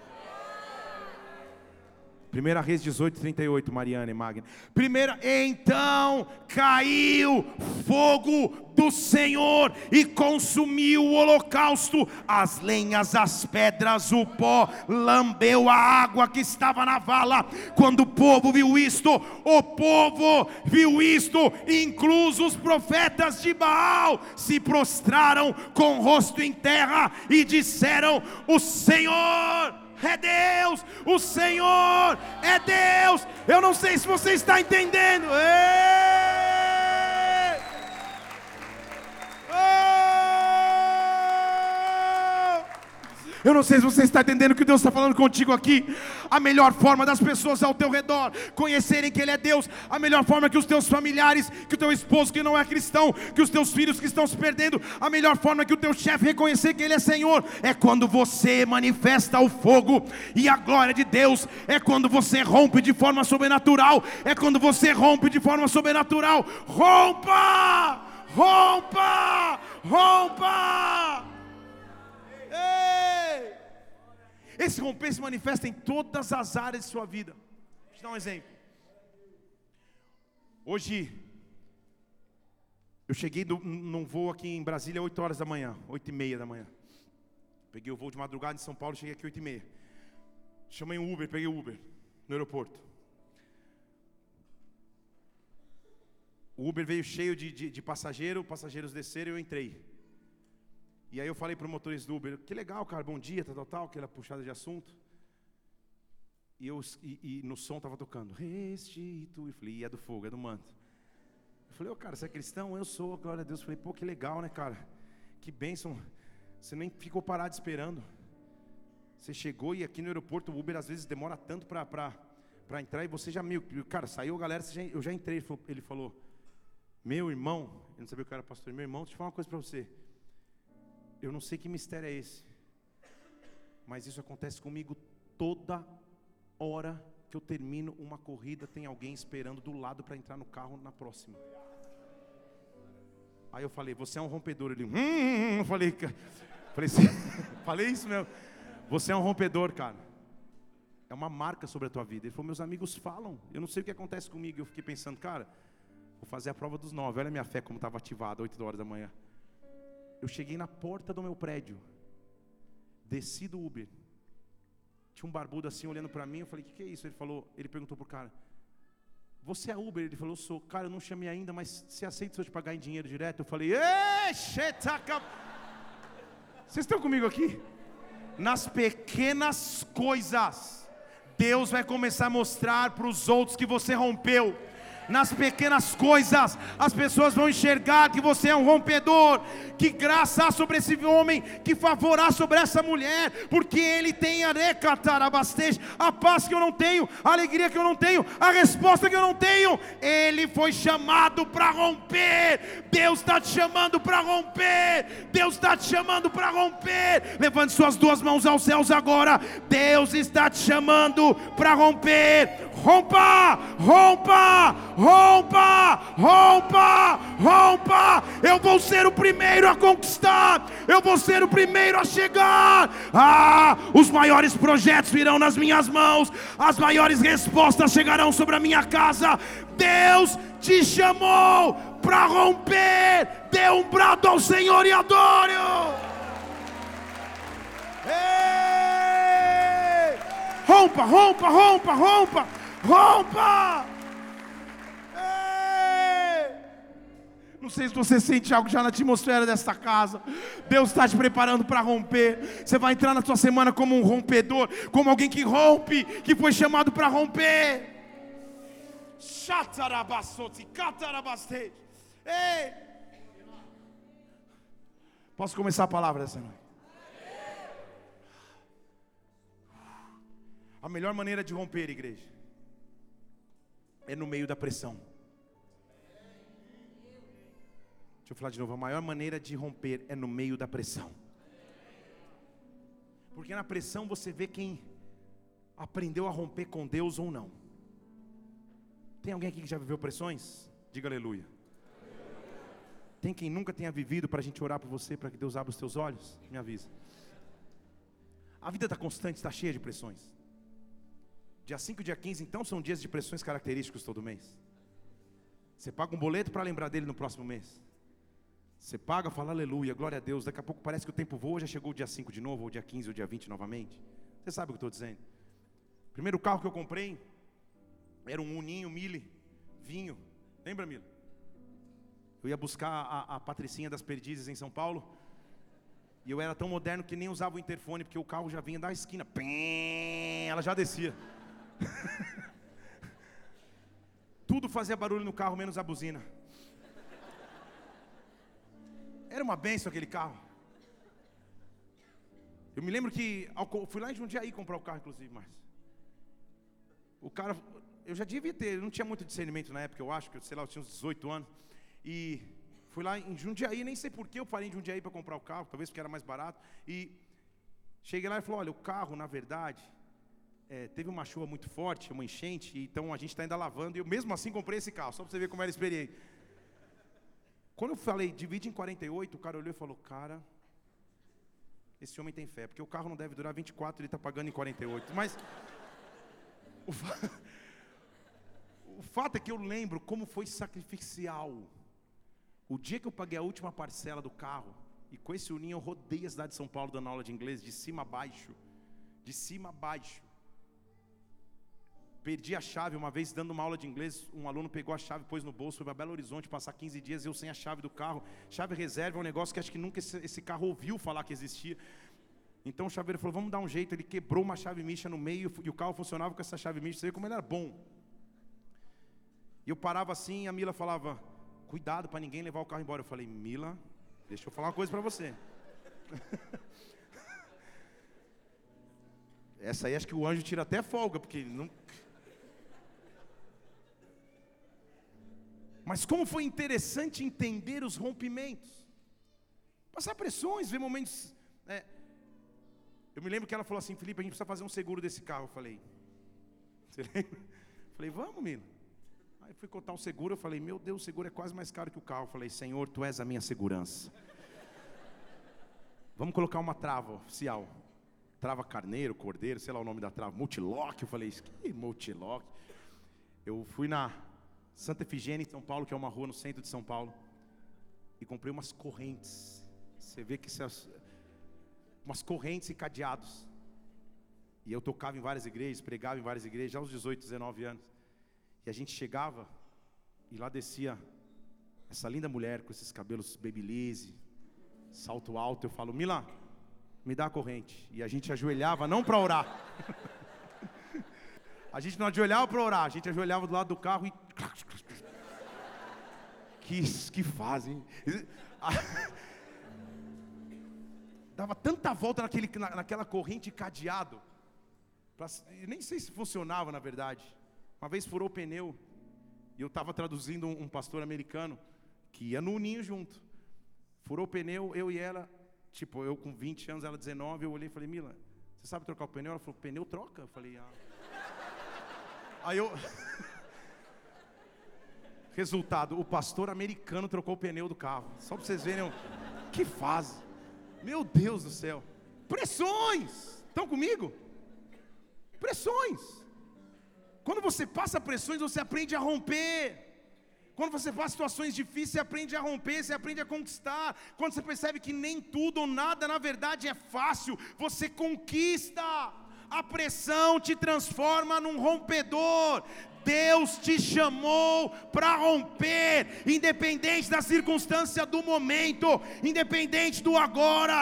primeira Reis dezoito, trinta e oito, Mariana e Magna. Primeira, então caiu fogo do Senhor e consumiu o holocausto, as lenhas, as pedras, o pó, lambeu a água que estava na vala. Quando o povo viu isto, o povo viu isto, incluso os profetas de Baal se prostraram com o rosto em terra e disseram: o Senhor é Deus, o Senhor é Deus. Eu não sei se você está entendendo. Ei! Eu não sei se você está entendendo o que Deus está falando contigo aqui. A melhor forma das pessoas ao teu redor conhecerem que Ele é Deus, a melhor forma que os teus familiares, que o teu esposo que não é cristão, que os teus filhos que estão se perdendo, a melhor forma que o teu chefe reconhecer que Ele é Senhor, é quando você manifesta o fogo e a glória de Deus. É quando você rompe de forma sobrenatural. É quando você rompe de forma sobrenatural. Rompa! Rompa! Rompa! Ei! Esse romper se manifesta em todas as áreas de sua vida. Deixa eu te dar um exemplo. Hoje eu cheguei do, num voo aqui em Brasília oito horas da manhã, oito e meia da manhã. Peguei o voo de madrugada em São Paulo, cheguei aqui oito e meia. Chamei um Uber, peguei o Uber no aeroporto. O Uber veio cheio de, de, de passageiro, passageiros desceram e eu entrei. E aí eu falei para o motorista do Uber: que legal, cara, bom dia, tal, tal, tal, aquela puxada de assunto. E, eu, e, e no som estava tocando restitui. Eu falei: e é do fogo, é do manto. Eu falei: ô, cara, você é cristão? Eu sou, glória a Deus. Eu falei: pô, que legal, né, cara? Que bênção. Você nem ficou parado esperando. Você chegou, e aqui no aeroporto o Uber às vezes demora tanto para para entrar, e você já meio, cara, saiu a galera, você já, eu já entrei. Ele falou, ele falou: meu irmão, eu não sabia que eu era pastor, meu irmão, deixa eu falar uma coisa para você. Eu não sei que mistério é esse, mas isso acontece comigo toda hora que eu termino uma corrida, tem alguém esperando do lado para entrar no carro na próxima. Aí eu falei: você é um rompedor. Ele, hum, hum, hum. Falei, falei, falei isso mesmo. Você é um rompedor, cara. é uma marca sobre a tua vida. Ele falou, meus amigos falam, eu não sei o que acontece comigo. Eu fiquei pensando, cara, vou fazer a prova dos nove. Olha a minha fé como estava ativada, oito horas da manhã. Eu cheguei na porta do meu prédio, desci do Uber, tinha um barbudo assim olhando para mim. Eu falei, o que, que é isso? Ele falou, ele perguntou pro cara, você é Uber? Ele falou, eu sou. Cara, eu não chamei ainda, mas você aceita se eu te pagar em dinheiro direto? Eu falei, ei, xetaca. Vocês estão comigo aqui? Nas pequenas coisas, Deus vai começar a mostrar para os outros que você rompeu. Nas pequenas coisas, as pessoas vão enxergar que você é um rompedor. Que graça há sobre esse homem, que favor há sobre essa mulher, porque ele tem a paz que eu não tenho, a alegria que eu não tenho, a resposta que eu não tenho. Ele foi chamado para romper. Deus está te chamando para romper. Deus está te chamando para romper. Levante suas duas mãos aos céus agora. Deus está te chamando para romper. Rompa, rompa, rompa, rompa, rompa. Eu vou ser o primeiro a conquistar. Eu vou ser o primeiro a chegar. Ah, os maiores projetos virão nas minhas mãos. As maiores respostas chegarão sobre a minha casa. Deus te chamou para romper. Dê um brado ao Senhor e adore. Ei! Rompa, rompa, rompa, rompa, rompa. Não sei se você sente algo já na atmosfera desta casa. Deus está te preparando para romper. Você vai entrar na sua semana como um rompedor, como alguém que rompe, que foi chamado para romper. Ei! Posso começar a palavra dessa noite? A melhor maneira de romper, igreja, é no meio da pressão. Deixa eu falar de novo, a maior maneira de romper é no meio da pressão. Porque na pressão você vê quem aprendeu a romper com Deus ou não. Tem alguém aqui que já viveu pressões? Diga aleluia. Tem quem nunca tenha vivido para a gente orar por você, para que Deus abra os teus olhos? Me avisa. A vida está constante, está cheia de pressões. Dia cinco e dia quinze então são dias de pressões característicos todo mês. Você paga um boleto para lembrar dele no próximo mês. Você paga, fala aleluia, glória a Deus. Daqui a pouco parece que o tempo voa, já chegou o dia cinco de novo, ou o dia quinze, ou o dia vinte novamente. Você sabe o que eu estou dizendo. O primeiro carro que eu comprei era um Uninho Mille, vinho. Lembra, Mila? Eu ia buscar a, a Patricinha das Perdizes em São Paulo. E eu era tão moderno que nem usava o interfone, porque o carro já vinha da esquina. Pim, ela já descia. Tudo fazia barulho no carro, menos a buzina. Era uma bênção aquele carro. Eu me lembro que eu fui lá em Jundiaí comprar o carro, inclusive, mas o cara, eu já devia ter, eu não tinha muito discernimento na época, eu acho, que sei lá, eu tinha uns dezoito anos. E fui lá em Jundiaí, nem sei por que eu parei em Jundiaí para comprar o carro, talvez porque era mais barato. E cheguei lá e falou, olha, o carro, na verdade, é, teve uma chuva muito forte, uma enchente, então a gente está ainda lavando. E eu mesmo assim comprei esse carro, só para você ver como era experiente. Quando eu falei, divide em quarenta e oito, o cara olhou e falou, cara, esse homem tem fé, porque o carro não deve durar vinte e quatro, ele está pagando em quarenta e oito. Mas o, fa... o fato é que eu lembro como foi sacrificial. O dia que eu paguei a última parcela do carro, e com esse uninho eu rodei a cidade de São Paulo dando aula de inglês, de cima a baixo, de cima a baixo. Perdi a chave uma vez dando uma aula de inglês, um aluno pegou a chave, pôs no bolso, foi para Belo Horizonte passar quinze dias, eu sem a chave do carro. Chave reserva é um negócio que acho que nunca esse, esse carro ouviu falar que existia. Então o chaveiro falou, vamos dar um jeito. Ele quebrou uma chave micha no meio e o carro funcionava com essa chave micha. Você vê como ele era bom. E eu parava assim e a Mila falava, cuidado para ninguém levar o carro embora. Eu falei, Mila, deixa eu falar uma coisa para você. Essa aí acho que o anjo tira até folga, porque não... Mas como foi interessante entender os rompimentos. Passar pressões, ver momentos... É, eu me lembro que ela falou assim, Felipe, a gente precisa fazer um seguro desse carro. Eu falei, você lembra? Eu falei, vamos, Mila. Aí fui cotar o seguro, eu falei, meu Deus, o seguro é quase mais caro que o carro. Eu falei, Senhor, Tu és a minha segurança. Vamos colocar uma trava oficial. trava carneiro, cordeiro, sei lá o nome da trava, multilock. Eu falei, que multilock? Eu fui na Santa Efigênia, em São Paulo, que é uma rua no centro de São Paulo, e comprei umas correntes. Você vê que essas, umas correntes e cadeados. E eu tocava em várias igrejas, pregava em várias igrejas, já aos dezoito, dezenove anos. E a gente chegava, e lá descia essa linda mulher com esses cabelos babyliss, salto alto. Eu falo, Mila, me dá a corrente. E a gente ajoelhava, não para orar. A gente não ajoelhava para orar, a gente ajoelhava do lado do carro e... Que, que fazem? Dava tanta volta naquele, na, naquela corrente cadeado. Pra, eu nem sei se funcionava na verdade. Uma vez furou o pneu. E eu estava traduzindo um, um pastor americano que ia no ninho junto. Furou o pneu, eu e ela. Tipo, eu com vinte anos, ela dezenove. Eu olhei e falei, Mila, você sabe trocar o pneu? Ela falou, pneu troca? Eu falei, ah. Aí eu... Resultado, o pastor americano trocou o pneu do carro. Só para vocês verem o que faz. Meu Deus do céu. Pressões. Estão comigo? Pressões. Quando você passa pressões, você aprende a romper. Quando você passa situações difíceis, você aprende a romper, você aprende a conquistar. Quando você percebe que nem tudo ou nada na verdade é fácil, você conquista. A pressão te transforma num rompedor. Deus te chamou para romper, independente da circunstância do momento, independente do agora.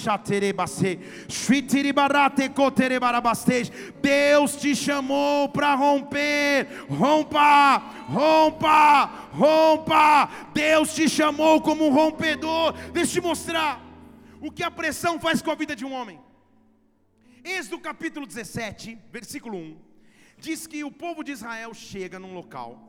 Deus te chamou para romper. Rompa, rompa, rompa. Deus te chamou como um rompedor. Deixa eu te mostrar o que a pressão faz com a vida de um homem. Êxodo capítulo dezessete, versículo um. Diz que o povo de Israel chega num local,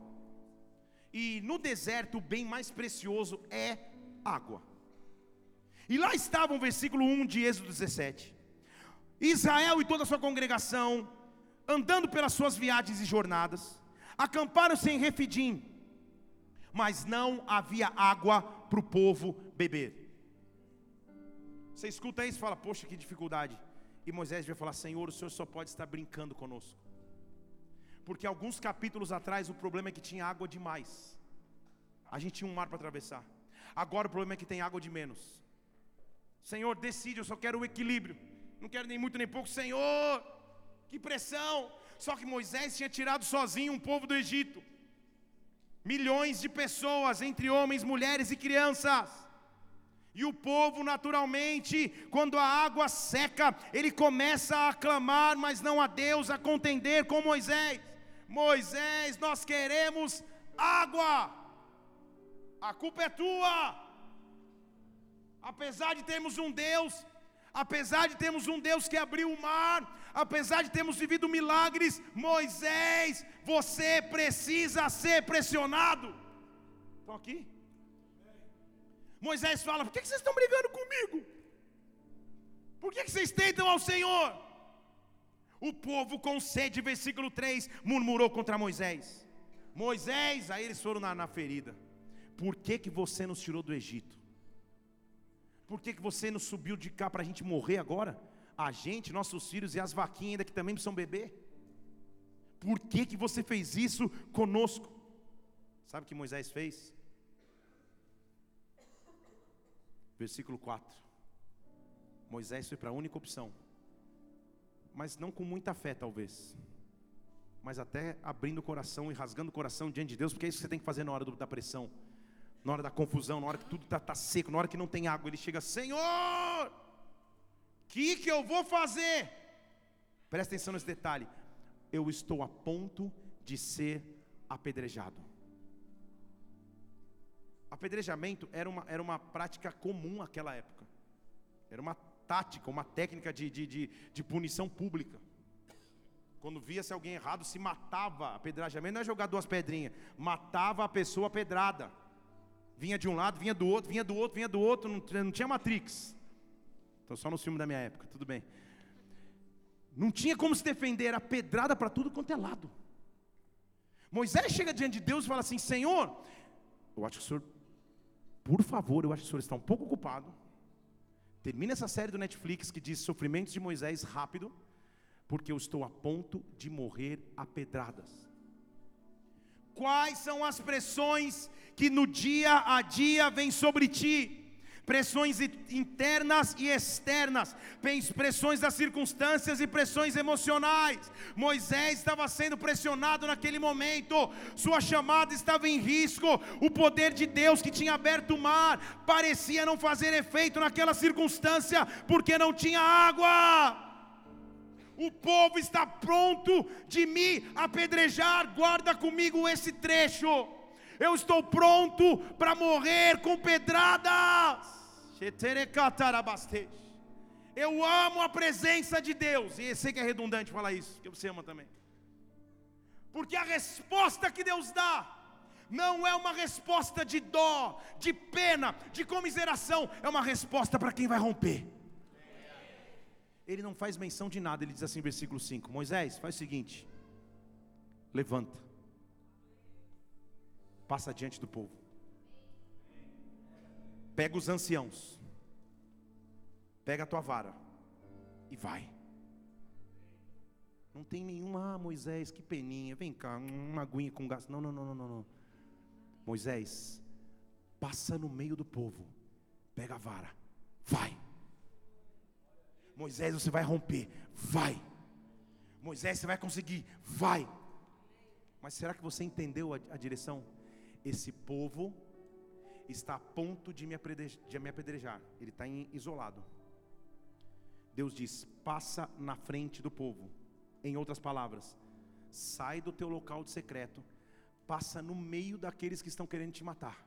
e no deserto o bem mais precioso é água. E lá estava o versículo um de Êxodo dezessete. Israel e toda a sua congregação, andando pelas suas viagens e jornadas, acamparam-se em Refidim, mas não havia água para o povo beber. Você escuta isso e fala, poxa, que dificuldade. E Moisés vai falar, Senhor, o Senhor só pode estar brincando conosco. Porque alguns capítulos atrás o problema é que tinha água demais. A gente tinha um mar para atravessar. Agora o problema é que tem água de menos. Senhor, decide, eu só quero o equilíbrio. Não quero nem muito nem pouco. Senhor, que pressão. Só que Moisés tinha tirado sozinho um povo do Egito. Milhões de pessoas, entre homens, mulheres e crianças. E o povo naturalmente, quando a água seca, ele começa a clamar, mas não a Deus, a contender com Moisés. Moisés, nós queremos água. A culpa é tua. Apesar de termos um Deus, apesar de termos um Deus que abriu o mar, apesar de termos vivido milagres, Moisés, você precisa ser pressionado. Estão aqui? Moisés fala, por que vocês estão brigando comigo? Por que vocês tentam ao Senhor? O povo com sede, versículo três, murmurou contra Moisés. Moisés, aí eles foram na, na ferida. Por que que você nos tirou do Egito? Por que que você nos subiu de cá para a gente morrer agora? A gente, nossos filhos e as vaquinhas ainda que também precisam beber. Por que que você fez isso conosco? Sabe o que Moisés fez? Versículo quatro. Moisés foi para a única opção, mas não com muita fé talvez, mas até abrindo o coração e rasgando o coração diante de Deus, porque é isso que você tem que fazer na hora do, da pressão, na hora da confusão, na hora que tudo está tá seco, na hora que não tem água. Ele chega, Senhor, o que que eu vou fazer? Presta atenção nesse detalhe. Eu estou a ponto de ser apedrejado. Apedrejamento era uma, era uma prática comum naquela época. Era uma tática, uma técnica de, de, de, de punição pública. Quando via-se alguém errado, se matava. Apedrejamento não é jogar duas pedrinhas. Matava a pessoa pedrada. Vinha de um lado, vinha do outro, vinha do outro, vinha do outro. Não, não tinha Matrix. Então só no filme da minha época, tudo bem. Não tinha como se defender, era pedrada para tudo quanto é lado. Moisés chega diante de Deus e fala assim, Senhor, eu acho que o Senhor... Por favor, eu acho que o senhor está um pouco ocupado. Termina essa série do Netflix que diz Sofrimentos de Moisés rápido, porque eu estou a ponto de morrer a pedradas. Quais são as pressões que no dia a dia vêm sobre ti? Pressões internas e externas, pressões das circunstâncias e pressões emocionais. Moisés estava sendo pressionado naquele momento, sua chamada estava em risco, o poder de Deus que tinha aberto o mar parecia não fazer efeito naquela circunstância, porque não tinha água. O povo está pronto de me apedrejar. Guarda comigo esse trecho. Eu estou pronto para morrer com pedradas. Eu amo a presença de Deus. E eu sei que é redundante falar isso, que você ama também. Porque a resposta que Deus dá não é uma resposta de dó, de pena, de comiseração. É uma resposta para quem vai romper. Ele não faz menção de nada. Ele diz assim, versículo cinco: Moisés, faz o seguinte: levanta, passa diante do povo, pega os anciãos, pega a tua vara e vai. Não tem nenhuma, ah, Moisés, que peninha, vem cá, uma aguinha com gás. Não, não, não, não, não. Moisés, passa no meio do povo, pega a vara, vai. Moisés, você vai romper, vai. Moisés, você vai conseguir, vai. Mas será que você entendeu a, a direção? Esse povo está a ponto de me apedrejar, de me apedrejar. Ele está em, isolado. Deus diz, passa na frente do povo. Em outras palavras, sai do teu local de secreto, passa no meio daqueles que estão querendo te matar,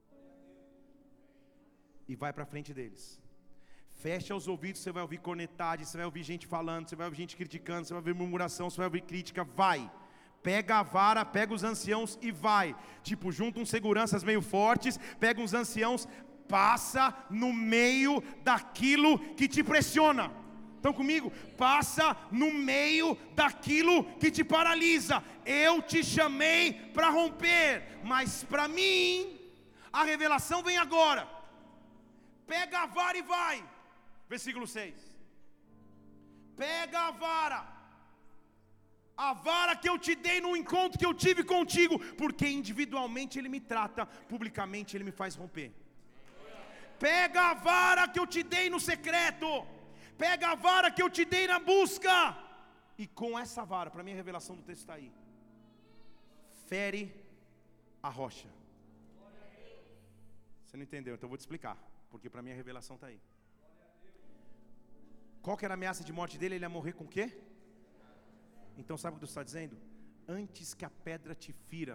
e vai para frente deles. Fecha os ouvidos, você vai ouvir cornetagem, você vai ouvir gente falando, você vai ouvir gente criticando, você vai ouvir murmuração, você vai ouvir crítica. Vai, pega a vara, pega os anciãos e vai. Tipo, junta uns seguranças meio fortes, pega uns anciãos, passa no meio daquilo que te pressiona. Estão comigo? Passa no meio daquilo que te paralisa. Eu te chamei para romper, mas para mim a revelação vem agora. Pega a vara e vai. Versículo seis. Pega a vara, a vara que eu te dei no encontro que eu tive contigo, porque individualmente Ele me trata, publicamente Ele me faz romper. Pega a vara que eu te dei no secreto, pega a vara que eu te dei na busca, e com essa vara, para mim a revelação do texto está aí, fere a rocha. Você não entendeu, então eu vou te explicar, porque para mim a revelação está aí. Qual que era a ameaça de morte dele? Ele ia morrer com o quê? Então sabe o que Deus está dizendo? Antes que a pedra te fira,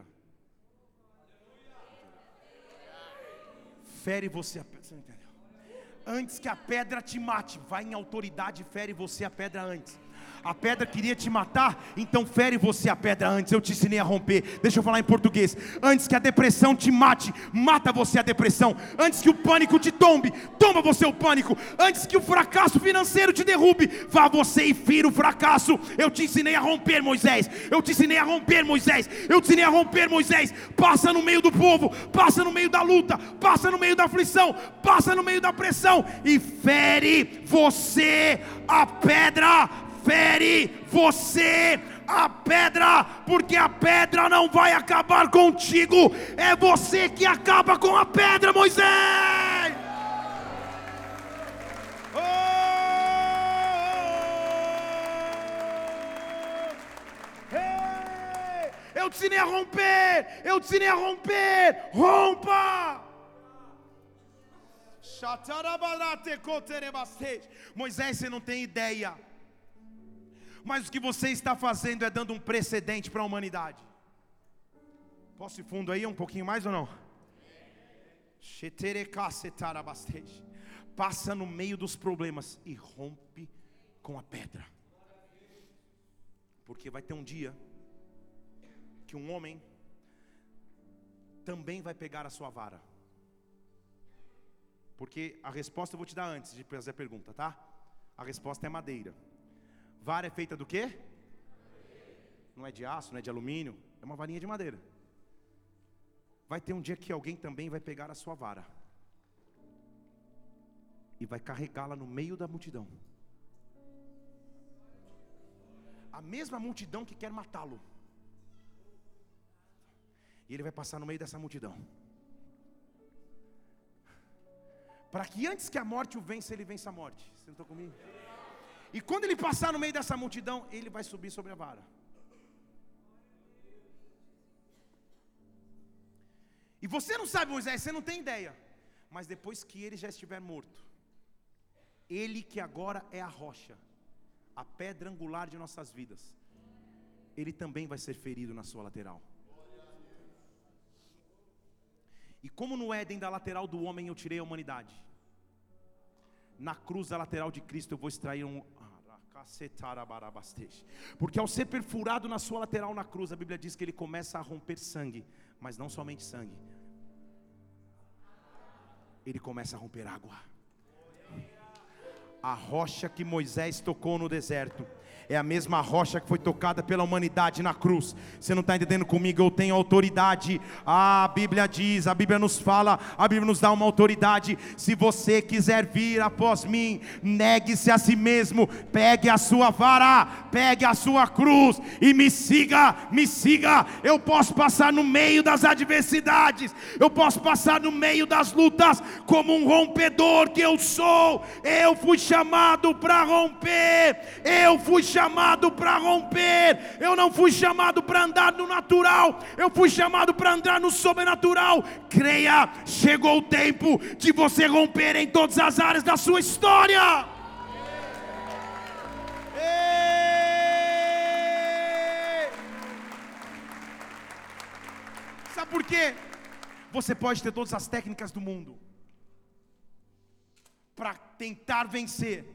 fere você a pedra. Você não entendeu? Antes que a pedra te mate, vai em autoridade e fere você a pedra antes. A pedra queria te matar, então fere você a pedra antes. Eu te ensinei a romper. Deixa eu falar em português. Antes que a depressão te mate, mata você a depressão. Antes que o pânico te tombe, toma você o pânico. Antes que o fracasso financeiro te derrube, vá você e fira o fracasso. Eu te ensinei a romper, Moisés. Eu te ensinei a romper, Moisés. Eu te ensinei a romper, Moisés. Passa no meio do povo, passa no meio da luta, passa no meio da aflição, passa no meio da pressão e fere você a pedra. Fere você a pedra, porque a pedra não vai acabar contigo, é você que acaba com a pedra, Moisés. Oh, hey, eu te ensinei a romper, eu te ensinei a romper, rompa. Moisés, você não tem ideia, mas o que você está fazendo é dando um precedente para a humanidade. Posso ir fundo aí um pouquinho mais ou não? Passa no meio dos problemas e rompe com a pedra. Porque vai ter um dia que um homem também vai pegar a sua vara. Porque a resposta eu vou te dar antes de fazer a pergunta, tá? A resposta é madeira. Vara é feita do quê? Não é de aço, não é de alumínio, é uma varinha de madeira. Vai ter um dia que alguém também vai pegar a sua vara e vai carregá-la no meio da multidão. A mesma multidão que quer matá-lo. E ele vai passar no meio dessa multidão. Para que antes que a morte o vença, ele vença a morte. Você não está comigo? E quando ele passar no meio dessa multidão, ele vai subir sobre a vara. E você não sabe, Moisés, você não tem ideia. Mas depois que ele já estiver morto, ele que agora é a rocha, a pedra angular de nossas vidas, ele também vai ser ferido na sua lateral. E como no Éden da lateral do homem eu tirei a humanidade, na cruz da lateral de Cristo eu vou extrair um... Porque ao ser perfurado na sua lateral na cruz, a Bíblia diz que ele começa a romper sangue. Mas não somente sangue, ele começa a romper água. A rocha que Moisés tocou no deserto é a mesma rocha que foi tocada pela humanidade na cruz. Você não está entendendo comigo? Eu tenho autoridade. Ah, a Bíblia diz, a Bíblia nos fala, a Bíblia nos dá uma autoridade. Se você quiser vir após mim, negue-se a si mesmo, pegue a sua vara, pegue a sua cruz e me siga, me siga. Eu posso passar no meio das adversidades, eu posso passar no meio das lutas como um rompedor que eu sou. Eu fui chamado para romper, eu fui chamado para romper. Eu não fui chamado para andar no natural, eu fui chamado para andar no sobrenatural. Creia, chegou o tempo de você romper em todas as áreas da sua história. Ei! Sabe por quê? Você pode ter todas as técnicas do mundo para tentar vencer,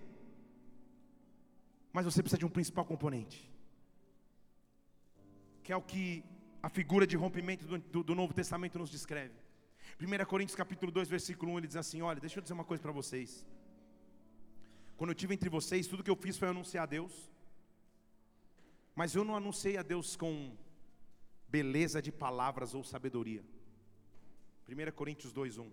mas você precisa de um principal componente, que é o que a figura de rompimento do, do, do Novo Testamento nos descreve. primeira Coríntios capítulo dois, versículo um, ele diz assim: olha, deixa eu dizer uma coisa para vocês. Quando eu estive entre vocês, tudo que eu fiz foi anunciar a Deus. Mas eu não anunciei a Deus com beleza de palavras ou sabedoria. primeira Coríntios dois, um.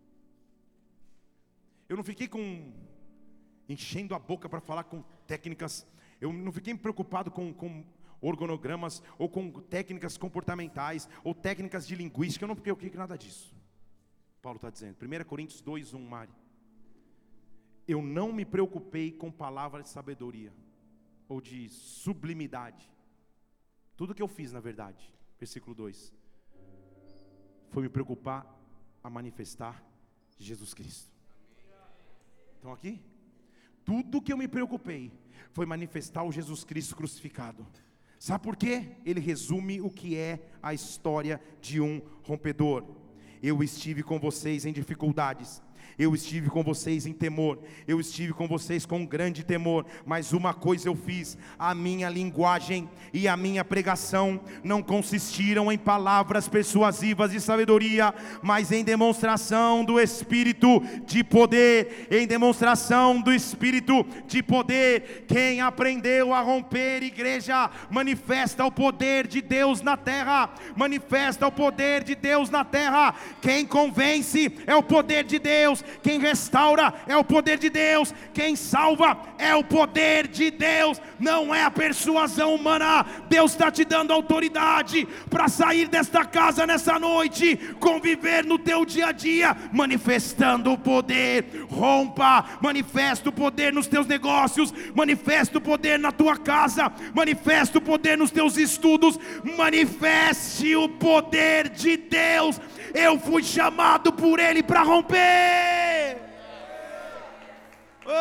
Eu não fiquei com... enchendo a boca para falar com técnicas. Eu não fiquei preocupado com, com organogramas, ou com técnicas comportamentais, ou técnicas de linguística. Eu não fiquei com nada disso. Paulo está dizendo, primeira Coríntios dois, um, Mari. Eu não me preocupei com palavras de sabedoria, ou de sublimidade. Tudo que eu fiz, na verdade, versículo dois, foi me preocupar a manifestar Jesus Cristo. Estão aqui? Tudo que eu me preocupei foi manifestar o Jesus Cristo crucificado. Sabe por quê? Ele resume o que é a história de um rompedor. Eu estive com vocês em dificuldades, eu estive com vocês em temor, eu estive com vocês com grande temor, mas uma coisa eu fiz: a minha linguagem e a minha pregação não consistiram em palavras persuasivas de sabedoria, mas em demonstração do Espírito de poder, em demonstração do Espírito de poder. Quem aprendeu a romper, igreja, manifesta o poder de Deus na terra, manifesta o poder de Deus na terra. Quem convence é o poder de Deus, quem restaura é o poder de Deus, quem salva é o poder de Deus, não é a persuasão humana. Deus está te dando autoridade para sair desta casa nessa noite, conviver no teu dia a dia, manifestando o poder. Rompa, manifesta o poder nos teus negócios, manifesta o poder na tua casa, manifesta o poder nos teus estudos, manifeste o poder de Deus. Eu fui chamado por Ele para romper. Oh!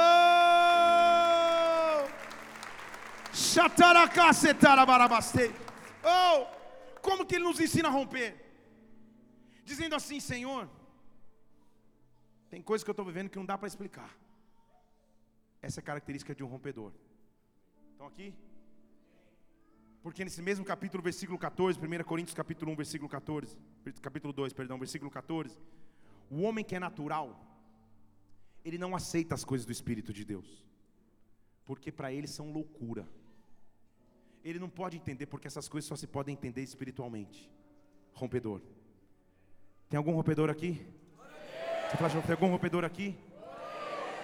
Oh! Como que Ele nos ensina a romper? Dizendo assim: Senhor, tem coisa que eu estou vivendo que não dá para explicar. Essa é a característica de um rompedor. Estão aqui? Porque nesse mesmo capítulo, versículo catorze, primeira Coríntios capítulo um, versículo catorze, capítulo dois, perdão, versículo catorze, o homem que é natural, ele não aceita as coisas do Espírito de Deus, porque para ele são loucura. Ele não pode entender, porque essas coisas só se podem entender espiritualmente. Rompedor. Tem algum rompedor aqui? Você fala, tem algum rompedor aqui?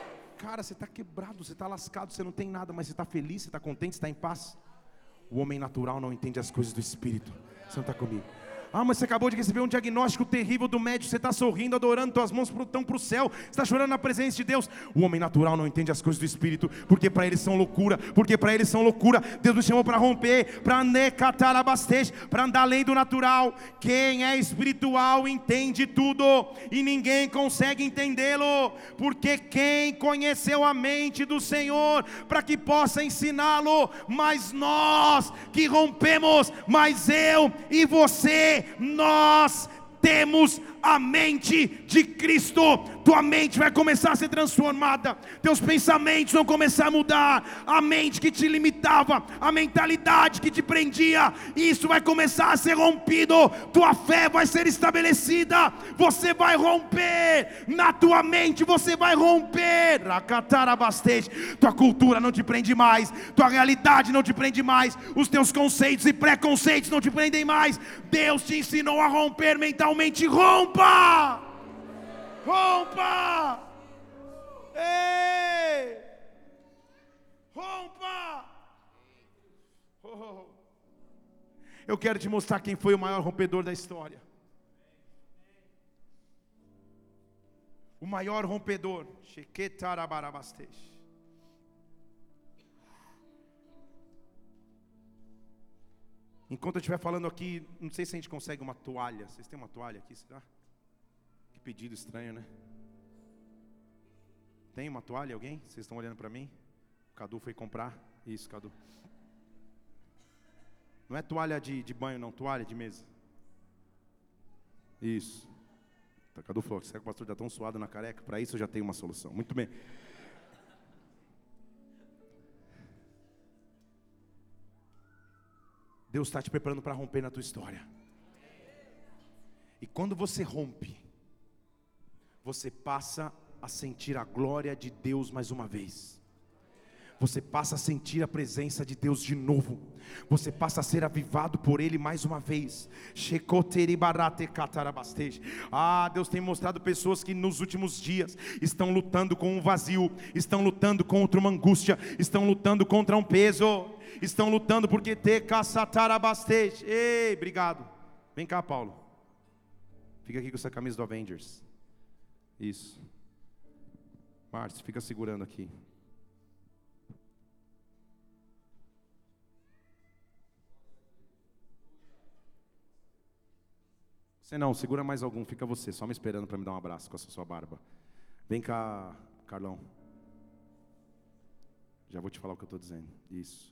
cara, você está quebrado, você está lascado, você não tem nada, mas você está feliz, você está contente, você está em paz. O homem natural não entende as coisas do Espírito. Você não está comigo? Ah, mas você acabou de receber um diagnóstico terrível do médico, você está sorrindo, adorando, tuas mãos estão para o céu, você está chorando na presença de Deus. O homem natural não entende as coisas do Espírito, porque para eles são loucura, porque para eles são loucura. Deus nos chamou para romper, para para andar além do natural. Quem é espiritual entende tudo, e ninguém consegue entendê-lo, porque quem conheceu a mente do Senhor, para que possa ensiná-lo? Mas nós que rompemos, mas eu e você, nós temos a mente de Cristo. Tua mente vai começar a ser transformada, teus pensamentos vão começar a mudar. A mente que te limitava, a mentalidade que te prendia, isso vai começar a ser rompido. Tua fé vai ser estabelecida. Você vai romper na tua mente, você vai romper. Tua cultura não te prende mais, tua realidade não te prende mais, os teus conceitos e preconceitos não te prendem mais. Deus te ensinou a romper mentalmente. Rompa! Rompa! Ei! Rompa! Oh. Eu quero te mostrar quem foi o maior rompedor da história. O maior rompedor. Enquanto eu estiver falando aqui, não sei se a gente consegue uma toalha. Vocês têm uma toalha aqui, será? Que pedido estranho, né? Tem uma toalha, alguém? Vocês estão olhando para mim? O Cadu foi comprar. Isso, Cadu. Não é toalha de, de banho, não. Toalha de mesa. Isso. O Cadu falou que se o pastor está tão suado na careca, para isso eu já tenho uma solução. Muito bem. Deus está te preparando para romper na tua história. E quando você rompe, você passa a sentir a glória de Deus mais uma vez. Você passa a sentir a presença de Deus de novo. Você passa a ser avivado por Ele mais uma vez. Ah, Deus tem mostrado pessoas que nos últimos dias estão lutando com um vazio, estão lutando contra uma angústia, estão lutando contra um peso, estão lutando porque te caçatarabastej. Ei, obrigado. Vem cá, Paulo. Fica aqui com essa camisa do Avengers. Isso. Márcio, fica segurando aqui. Você não, segura mais algum, fica você, só me esperando para me dar um abraço com essa sua barba. Vem cá, Carlão. Já vou te falar o que eu estou dizendo. Isso.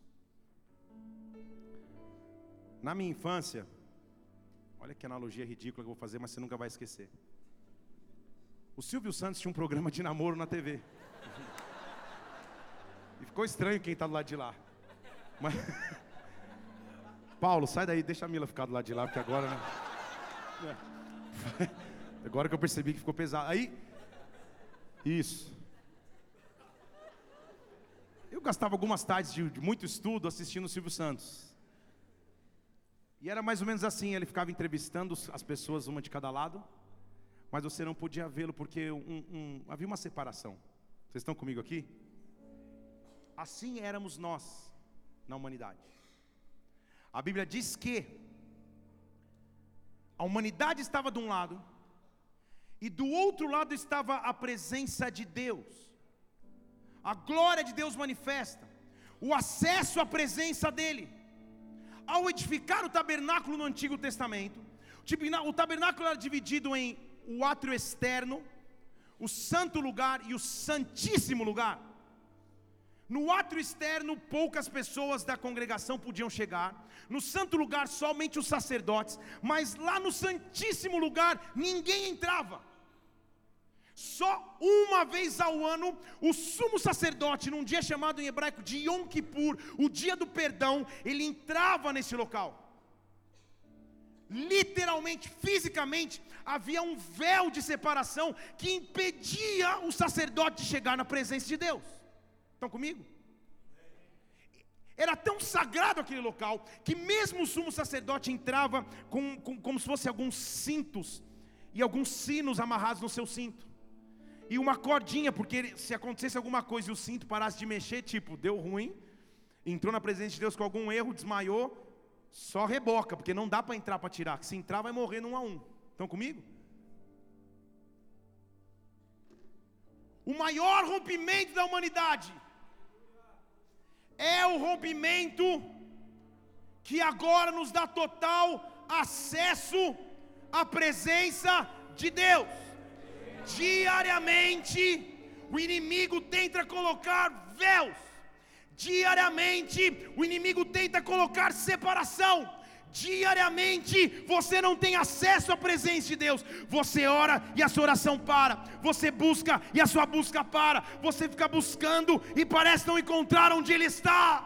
Na minha infância, olha que analogia ridícula que eu vou fazer, mas você nunca vai esquecer. O Silvio Santos tinha um programa de namoro na T V. E ficou estranho quem está do lado de lá. Mas... Paulo, sai daí, deixa a Mila ficar do lado de lá, porque agora, né? Agora que eu percebi que ficou pesado. Aí, isso. Eu gastava algumas tardes de, de muito estudo assistindo o Silvio Santos. E era mais ou menos assim, ele ficava entrevistando as pessoas, uma de cada lado, mas você não podia vê-lo porque um, um, havia uma separação. Vocês estão comigo aqui? Assim éramos nós na humanidade. A Bíblia diz que a humanidade estava de um lado, e do outro lado estava a presença de Deus. A glória de Deus manifesta, o acesso à presença dEle. Ao edificar o tabernáculo no Antigo Testamento, o tabernáculo era dividido em o átrio externo, o santo lugar e o santíssimo lugar. No átrio externo, poucas pessoas da congregação podiam chegar. No santo lugar, somente os sacerdotes. Mas lá no santíssimo lugar, ninguém entrava. Só uma vez ao ano, o sumo sacerdote, num dia chamado em hebraico de Yom Kippur, o dia do perdão, ele entrava nesse local. Literalmente, fisicamente, havia um véu de separação que impedia o sacerdote de chegar na presença de Deus. Estão comigo? Era tão sagrado aquele local, que mesmo o sumo sacerdote entrava com, com, como se fosse alguns cintos, e alguns sinos amarrados no seu cinto. e uma cordinha, porque se acontecesse alguma coisa e o cinto parasse de mexer, tipo, deu ruim, entrou na presença de Deus com algum erro, desmaiou, só reboca, porque não dá para entrar para tirar, que se entrar vai morrer num a um. Estão comigo? O maior rompimento da humanidade é o rompimento que agora nos dá total acesso à presença de Deus. Diariamente o inimigo tenta colocar véus, diariamente o inimigo tenta colocar separação, diariamente você não tem acesso à presença de Deus. Você ora e a sua oração para, você busca e a sua busca para, você fica buscando e parece não encontrar onde Ele está.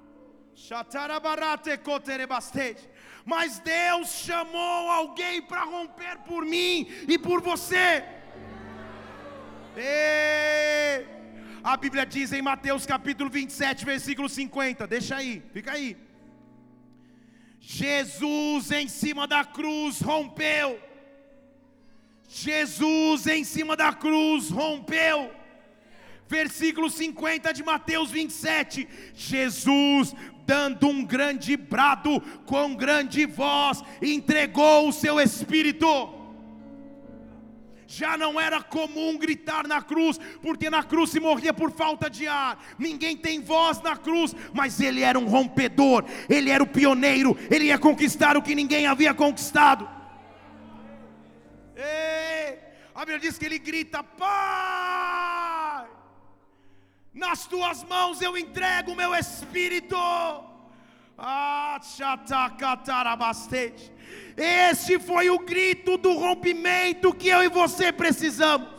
Mas Deus chamou alguém para romper por mim e por você. E a Bíblia diz em Mateus capítulo vinte e sete, versículo cinquenta, deixa aí, fica aí. Jesus em cima da cruz rompeu. Jesus em cima da cruz rompeu. Versículo cinquenta de Mateus vinte e sete. Jesus, dando um grande brado, com grande voz, entregou o seu espírito. Já não era comum gritar na cruz, porque na cruz se morria por falta de ar. Ninguém tem voz na cruz, mas Ele era um rompedor, Ele era o pioneiro, Ele ia conquistar o que ninguém havia conquistado. Ei, a Bíblia diz que Ele grita: Pai, nas Tuas mãos eu entrego o meu espírito. Ah, chatacatarabastete. Este foi o grito do rompimento que eu e você precisamos.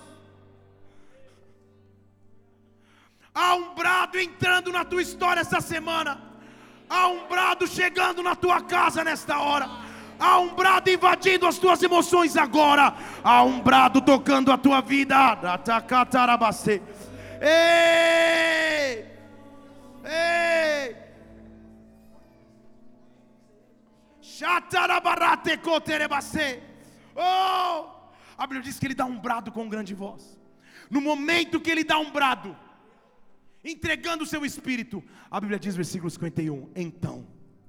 Há um brado entrando na tua história essa semana. Há um brado chegando na tua casa nesta hora. Há um brado invadindo as tuas emoções agora. Há um brado tocando a tua vida. Ei! Ei! Oh, a Bíblia diz que Ele dá um brado com grande voz. No momento que Ele dá um brado, entregando o seu espírito, a Bíblia diz, versículo cinquenta e um: então,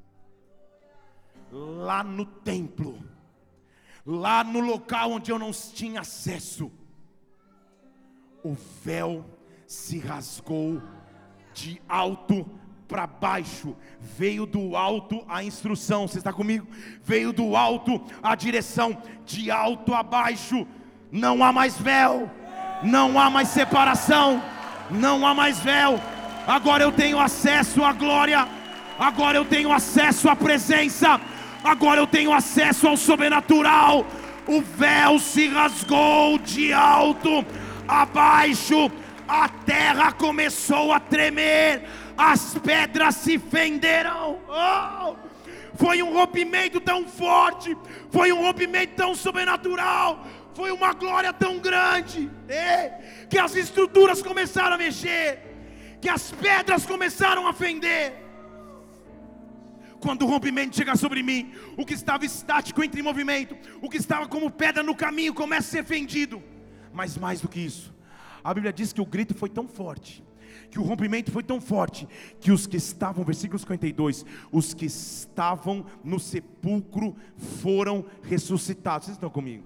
lá no templo, lá no local onde eu não tinha acesso, o véu se rasgou de alto para baixo. Veio do alto a instrução. Você está comigo? Veio do alto a direção. De alto a baixo não há mais véu, não há mais separação, não há mais véu. Agora eu tenho acesso à glória, agora eu tenho acesso à presença, agora eu tenho acesso ao sobrenatural. O véu se rasgou de alto a baixo. A terra começou a tremer, as pedras se fenderam. Oh! Foi um rompimento tão forte, foi um rompimento tão sobrenatural, foi uma glória tão grande, eh, que as estruturas começaram a mexer, que as pedras começaram a fender. Quando o rompimento chega sobre mim, o que estava estático entra em movimento, o que estava como pedra no caminho começa a ser fendido. Mas mais do que isso, a Bíblia diz que o grito foi tão forte, que o rompimento foi tão forte, que os que estavam, versículo cinquenta e dois, os que estavam no sepulcro foram ressuscitados. Vocês estão comigo?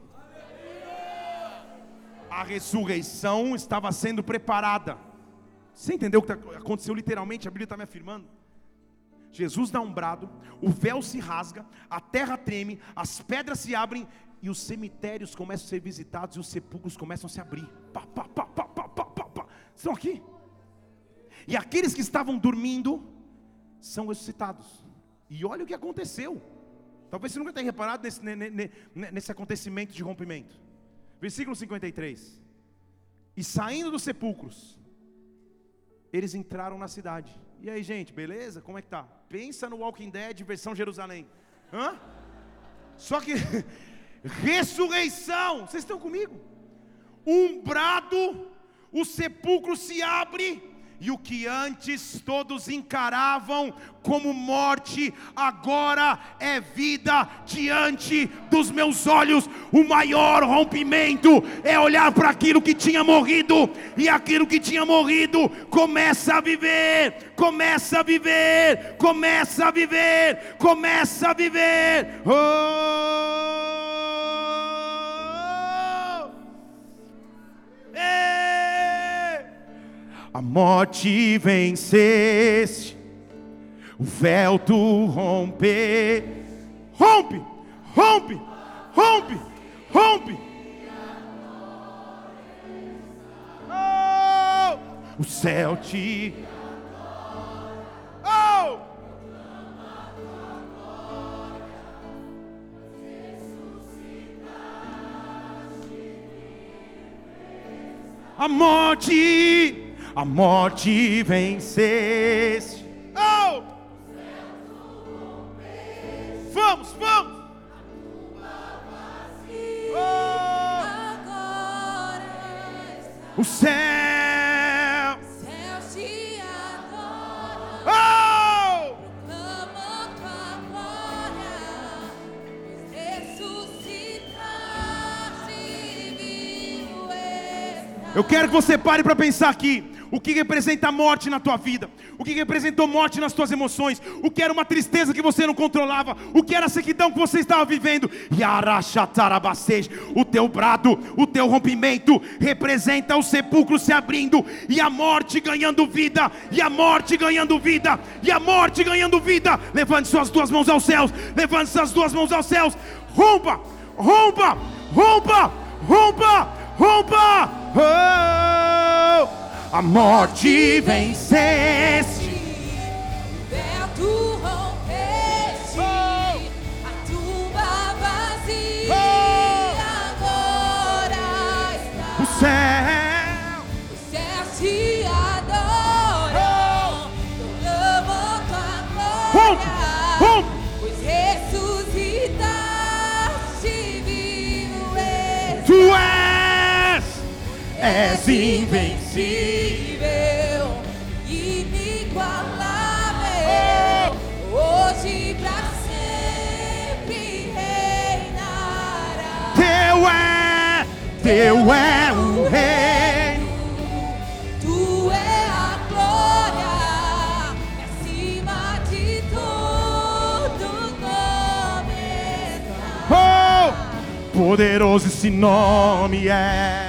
A ressurreição estava sendo preparada. Você entendeu o que aconteceu literalmente? A Bíblia está me afirmando. Jesus dá um brado, o véu se rasga, a terra treme, as pedras se abrem, e os cemitérios começam a ser visitados, e os sepulcros começam a se abrir. Pá, pá, pá, pá, pá, pá, pá, pá. Estão aqui. E aqueles que estavam dormindo são ressuscitados. E olha o que aconteceu. Talvez você nunca tenha reparado nesse, nesse, nesse acontecimento de rompimento. Versículo cinquenta e três. E saindo dos sepulcros, eles entraram na cidade. E aí, gente, beleza? Como é que tá? Pensa no Walking Dead versão Jerusalém. Hã? Só que ressurreição. Vocês estão comigo? Um brado, o sepulcro se abre, E o que antes todos encaravam como morte, agora é vida diante dos meus olhos. O maior rompimento é olhar para aquilo que tinha morrido, e aquilo que tinha morrido começa a viver, começa a viver, começa a viver, começa a viver. Oh! A morte venceste, o véu tu rompe, rompe, rompe, rompe, rompe. Oh, o céu te, oh, a morte. A morte venceste. Oh! Vamos, vamos. Oh! O céu. Te adora. Oh! Proclama tua glória. Ressuscitaste, vivo estás. Eu quero que você pare para pensar aqui. O que representa a morte na tua vida? O que representou morte nas tuas emoções? O que era uma tristeza que você não controlava? O que era a sequidão que você estava vivendo? O teu brado, o teu rompimento representa o sepulcro se abrindo e a morte ganhando vida, e a morte ganhando vida, e a morte ganhando vida. Levante suas duas mãos aos céus, levante suas duas mãos aos céus. Rompa, rompa, rompa, rompa, rompa. Oh! A morte venceste, o véu tu rompeste, oh! a tumba vazia, oh! agora está. O céu, Os céus te adoram, proclamam tua rompe, glória, rompe. pois ressuscitaste, vivo estás. Tu és, és invencível. Inigualável, hoje pra sempre reinará. Teu é, teu é o reino. Tu é a glória, e acima de todo nome está. Oh, poderoso esse nome é.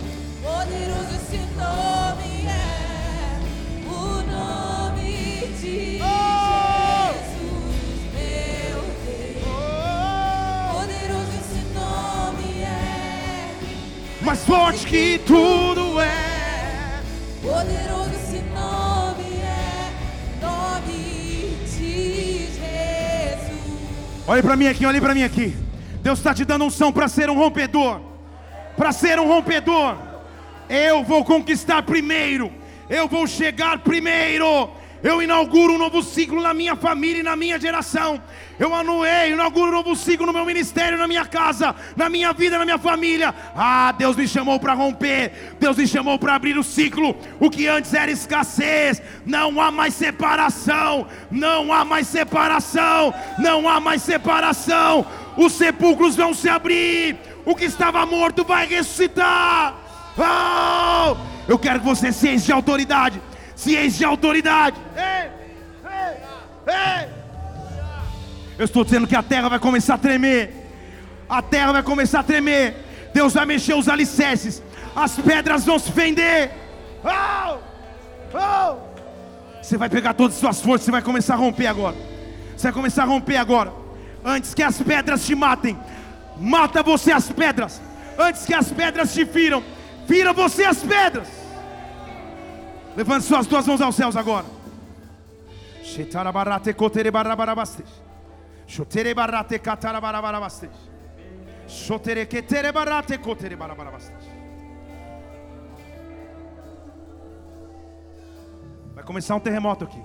Mais forte que tudo é. Poderoso esse nome é, nome de Jesus. Olhe para mim aqui, olhe para mim aqui. Deus está te dando unção para ser um rompedor. Para ser um rompedor. Eu vou conquistar primeiro. Eu vou chegar primeiro. Eu inauguro um novo ciclo na minha família e na minha geração. Eu anuei, inauguro um novo ciclo no meu ministério, na minha casa, na minha vida, na minha família. Ah, Deus me chamou para romper. Deus me chamou para abrir o ciclo. O que antes era escassez, não há mais separação. Não há mais separação. Não há mais separação. Os sepulcros vão se abrir. O que estava morto vai ressuscitar. Oh! Eu quero que você se enche de autoridade. Se enche de autoridade. Ei, ei, ei. Eu estou dizendo que a terra vai começar a tremer. A terra vai começar a tremer. Deus vai mexer os alicerces. As pedras vão se fender. Oh, oh. Você vai pegar todas as suas forças. Você vai começar a romper agora. Você vai começar a romper agora. Antes que as pedras te matem, mata você as pedras. Antes que as pedras te firam, fira você as pedras. Levante suas duas mãos aos céus agora. Vai começar um terremoto aqui.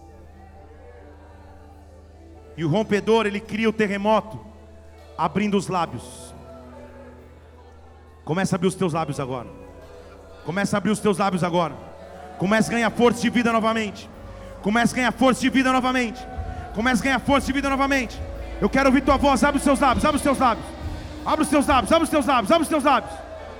E o rompedor, ele cria o terremoto abrindo os lábios. Começa a abrir os teus lábios agora. Começa a abrir os teus lábios agora. Comece a ganhar força de vida novamente. Comece a ganhar força de vida novamente. Comece a ganhar força de vida novamente. Eu quero ouvir tua voz. Abre os seus lábios, abre os seus lábios. Abre os seus lábios, abre os seus lábios, abre os seus lábios.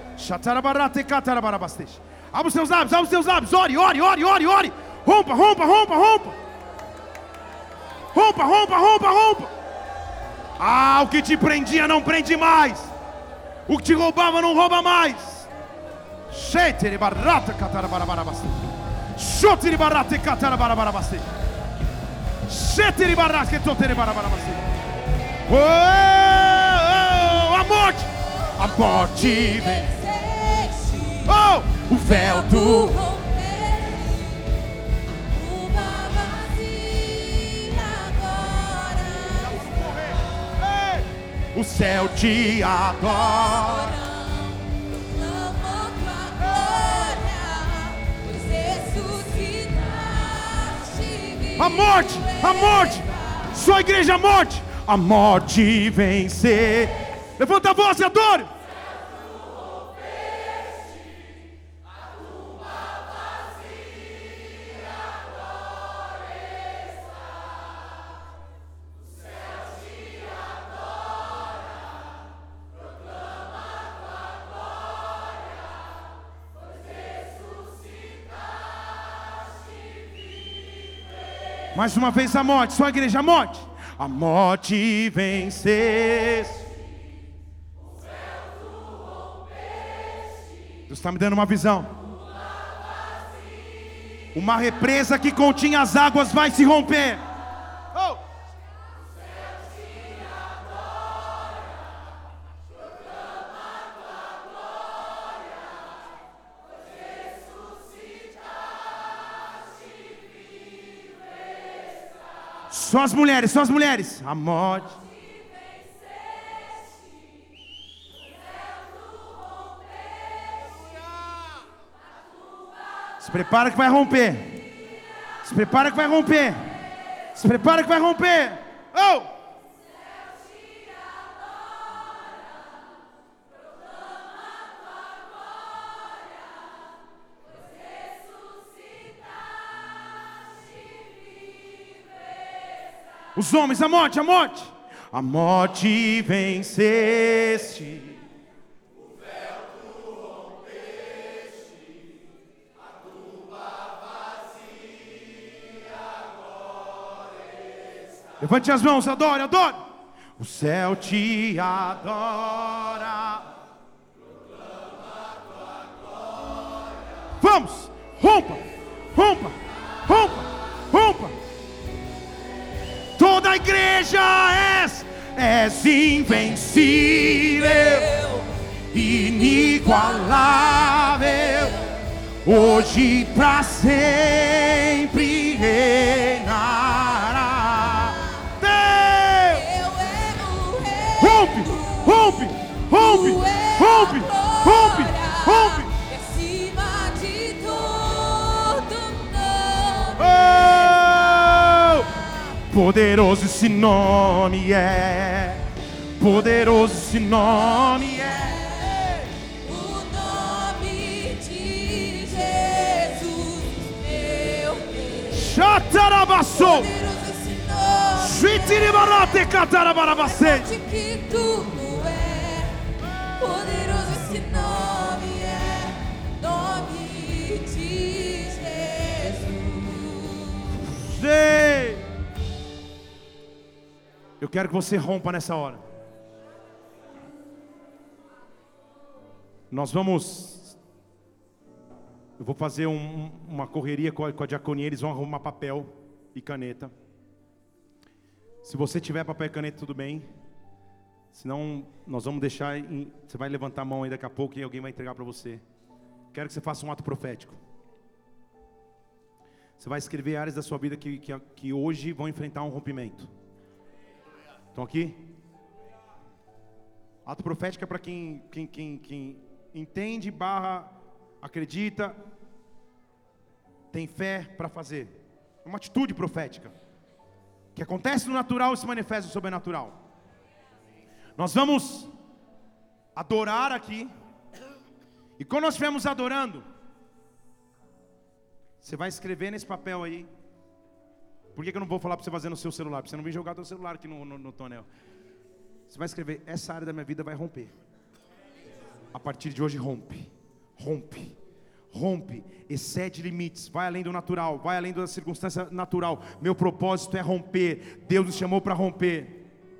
Abre os seus lábios, abre os seus lábios. Ore, ore, ore, ore, ore. Rompa, rompa, rompa, rompa. Rompa, rompa, rompa, rompa. Ah, o que te prendia não prende mais. O que te roubava não rouba mais. Shetere barata catara barabarabaste. Shotere barata catara barabarabaste. Shetere barata que totere barabarabaste. Oh, oh, a morte, a morte vem. Oh, o véu do o céu te adora. Proclama tua glória, pois ressuscitaste. A morte, a morte, só a igreja a morte. A morte vencer. Levanta a voz e adore. Mais uma vez a morte, só a igreja, a morte. A morte venceste. Deus está me dando uma visão. Uma represa que continha as águas vai se romper. Oh. Só as mulheres, só as mulheres. A morte. Se prepara que vai romper. Se prepara que vai romper. Se prepara que vai romper. Oh! Os homens, a morte, a morte. A morte venceste. O véu tu rompeste. A tumba vazia agora está. Levante as mãos, adore, adore. O céu te adora. Proclama tua glória. Vamos, rompa, rompa, rompa, rompa. Toda a igreja és, és invencível, inigualável, hoje pra sempre reinará. Deus, rompe, rompe, rompe, rompe, rompe, rompe. Acima de todo nome. Poderoso esse nome é, poderoso esse nome é. O nome de Jesus, meu Deus. Chatarabassou. Poderoso esse nome. Shitiribarate catarabarabacê. De que tudo é. Poderoso esse nome é. Nome de Jesus. Sei. Eu quero que você rompa nessa hora. Nós vamos. Eu vou fazer um, uma correria com a, com a diaconia. Eles vão arrumar papel e caneta. Se você tiver papel e caneta, tudo bem. Senão, nós vamos deixar. Em, você vai levantar a mão aí daqui a pouco e alguém vai entregar para você. Quero que você faça um ato profético. Você vai escrever áreas da sua vida que, que, que hoje vão enfrentar um rompimento. Estão aqui? Ato profético é para quem, quem, quem, quem entende, barra, acredita, tem fé para fazer. É uma atitude profética. Que acontece no natural e se manifesta no sobrenatural. Nós vamos adorar aqui. E quando nós estivermos adorando, Você vai escrever nesse papel aí. Por que, que eu não vou falar para você fazer no seu celular? Para você não vir jogar seu celular aqui no, no, no tonel. Você vai escrever: essa área da minha vida vai romper. A partir de hoje rompe. Rompe. Rompe. Excede limites. Vai além do natural. Vai além da circunstância natural. Meu propósito é romper. Deus nos chamou para romper.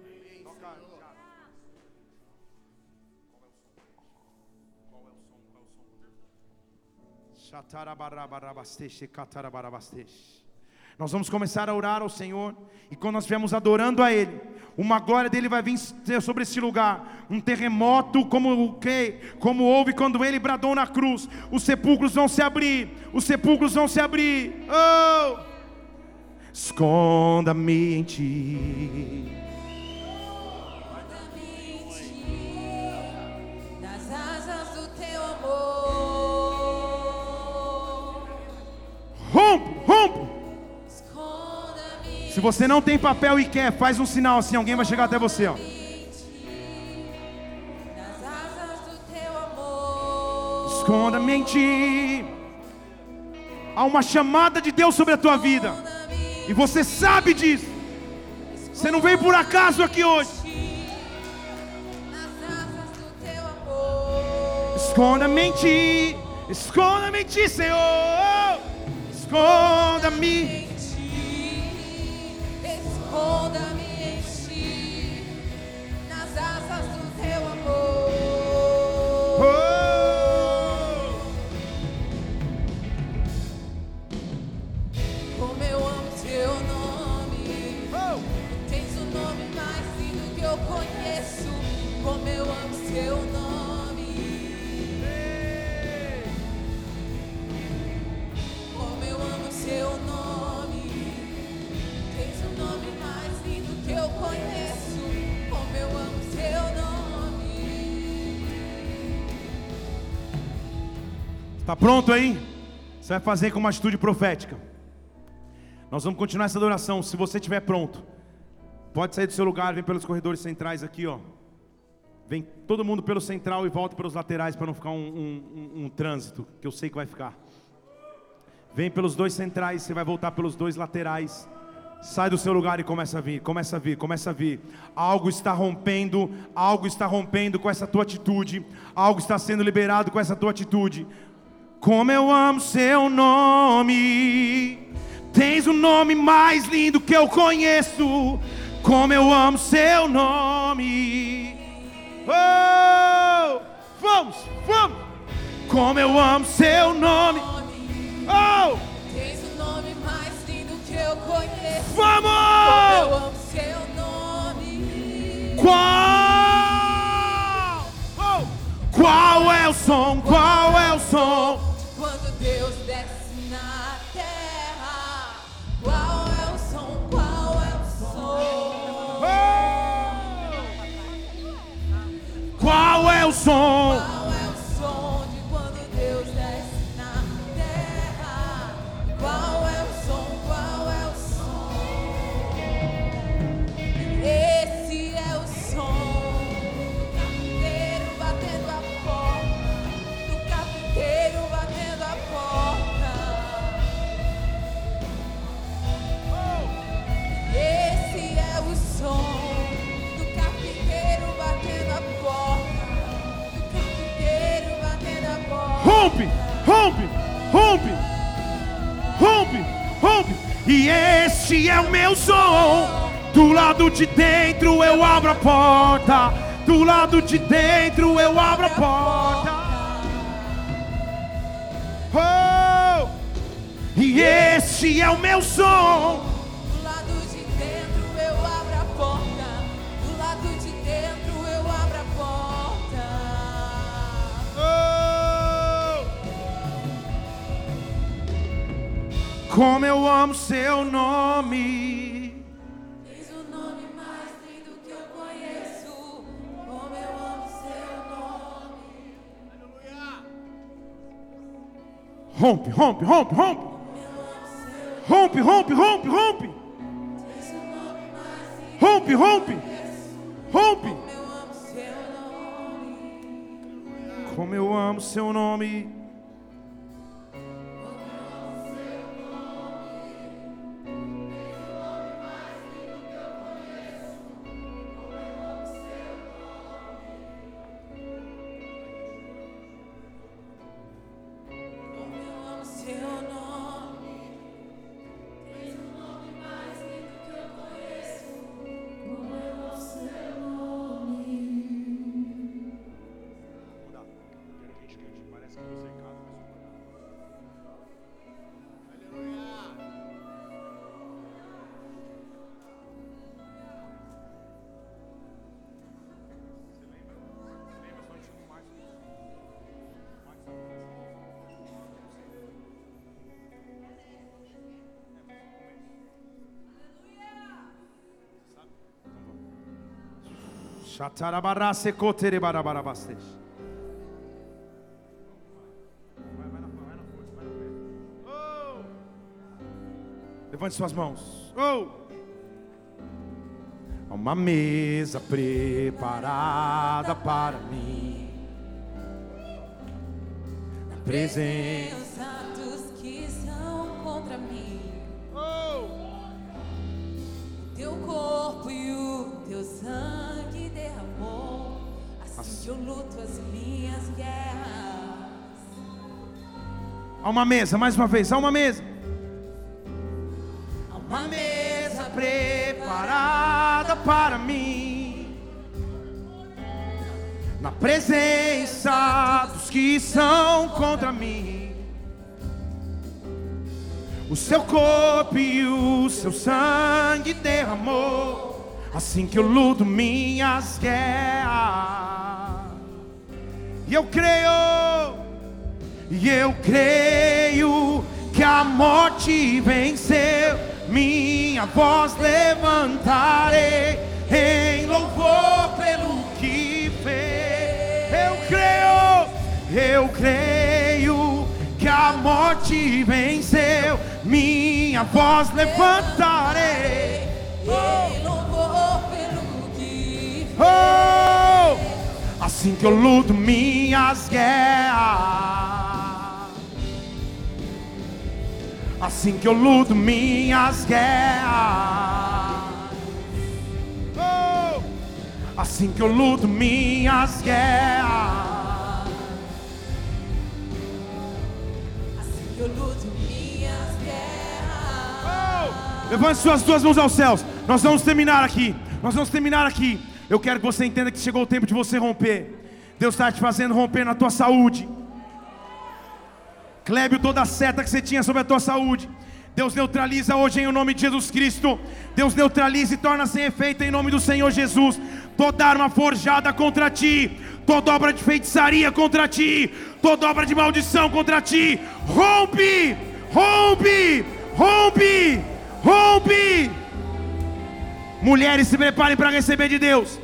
Nós vamos começar a orar ao Senhor. E quando nós estivermos adorando a Ele, uma glória dele vai vir sobre esse lugar. Um terremoto como o que? Como houve quando Ele bradou na cruz. Os sepulcros vão se abrir. Os sepulcros vão se abrir. Oh! Esconda-me em Ti. Rompo, rompo. Se você não tem papel e quer, faz um sinal assim, alguém vai chegar até você, ó. Esconda-me em Ti. Há uma chamada de Deus sobre a tua vida, e você sabe disso. Você não veio por acaso aqui hoje. Esconda-me em Ti. Esconda-me em Ti, Senhor. Esconda-me em Ti, esconda-me em Ti, nas asas do Teu amor. Oh! Como eu amo Teu nome, oh! Tens o nome mais lindo que eu conheço. Como eu amo Teu nome. Teu nome, tens o nome mais lindo que eu conheço. Como eu amo Teu nome. Está pronto aí? Você vai fazer com uma atitude profética. Nós vamos continuar essa adoração. Se você estiver pronto, pode sair do seu lugar, vem pelos corredores centrais aqui, ó. Vem todo mundo pelo central e volta pelos laterais para não ficar um, um, um, um trânsito, que eu sei que vai ficar. Vem pelos dois centrais, você vai voltar pelos dois laterais. Sai do seu lugar e começa a vir, começa a vir, começa a vir. Algo está rompendo, algo está rompendo com essa tua atitude. Algo está sendo liberado com essa tua atitude. Como eu amo Seu nome. Tens o nome mais lindo que eu conheço. Como eu amo Seu nome. Oh! Vamos, vamos. Como eu amo Seu nome. Oh! Tens o nome mais lindo que eu conheço. Vamos! Como eu amo Seu nome. Qual? Oh! Qual é o som? Qual é o som? Quando Deus desce na terra. Qual é o som? Qual é o som? Oh! Qual é o som? Qual é o som de quando Deus desce? Qual é o som? Qual é o som? Esse é o som do carpinteiro batendo a porta, do carpinteiro batendo a porta. Esse é o som do carpinteiro batendo a porta, do carpinteiro batendo a porta. Rompe, rompe, rompe. Rompe, rompe. E este é o meu som. Do lado de dentro eu abro a porta. Do lado de dentro eu abro a porta. Oh! E este é o meu som. Do lado de dentro eu abro a porta. Do lado de dentro eu abro a porta. Oh! Como eu amo Seu nome. Tens o nome mais lindo que eu conheço. Como eu amo Seu nome. Rompe, rompe, rompe, rompe. Rompe, rompe, rompe, rompe. Tens o nome mais lindo. Rompe, rompe. Rompe. Como eu amo Seu nome. Como eu amo Seu nome. Levante suas mãos. Oh! Há uma mesa preparada para mim, na presença dos que são contra mim. oh! O teu corpo e o teu sangue derramou, assim que eu luto as minhas guerras. Há uma mesa, mais uma vez, há uma mesa. Uma mesa Preparada para mim, na presença dos que são contra mim. O seu corpo e o seu sangue derramou, assim que eu luto minhas guerras. E eu creio, e eu creio que a morte venceu. Minha voz levantarei em louvor pelo que fez. Eu creio, eu creio que a morte venceu. Minha voz levantarei em louvor pelo que fez. oh, assim que eu luto minhas guerras. Assim que eu luto minhas guerras. Oh! Assim que eu luto minhas guerras. Assim que eu luto minhas guerras. Oh! Levante suas duas mãos aos céus. Nós vamos terminar aqui. Nós vamos terminar aqui. Eu quero que você entenda que chegou o tempo de você romper. Deus está te fazendo romper na tua saúde. Clébio, toda a seta que você tinha sobre a tua saúde, Deus neutraliza hoje em nome de Jesus Cristo. Deus neutraliza e torna sem efeito em nome do Senhor Jesus. Toda arma forjada contra ti, toda obra de feitiçaria contra ti, toda obra de maldição contra ti, rompe, rompe, rompe, rompe. Mulheres, se preparem para receber de Deus.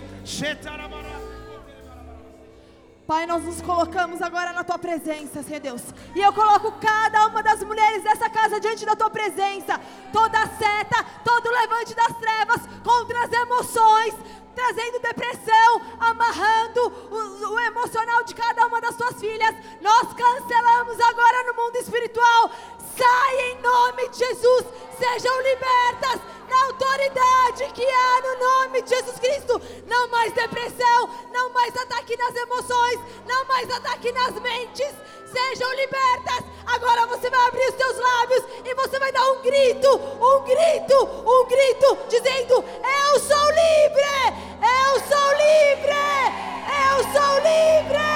Pai, nós nos colocamos agora na Tua presença, Senhor Deus. E eu coloco cada uma das mulheres dessa casa diante da Tua presença. Toda seta, todo levante das trevas contra as emoções, trazendo depressão, amarrando o, o emocional de cada uma das Tuas filhas. Nós cancelamos agora no mundo espiritual. Sai em nome de Jesus. Sejam libertas na autoridade que há no nome de Jesus Cristo. Não mais depressão, não mais ataque nas emoções, não mais ataque nas mentes. Sejam libertas. Agora você vai abrir os seus lábios e você vai dar um grito, um grito, um grito, dizendo: eu sou livre, eu sou livre, eu sou livre.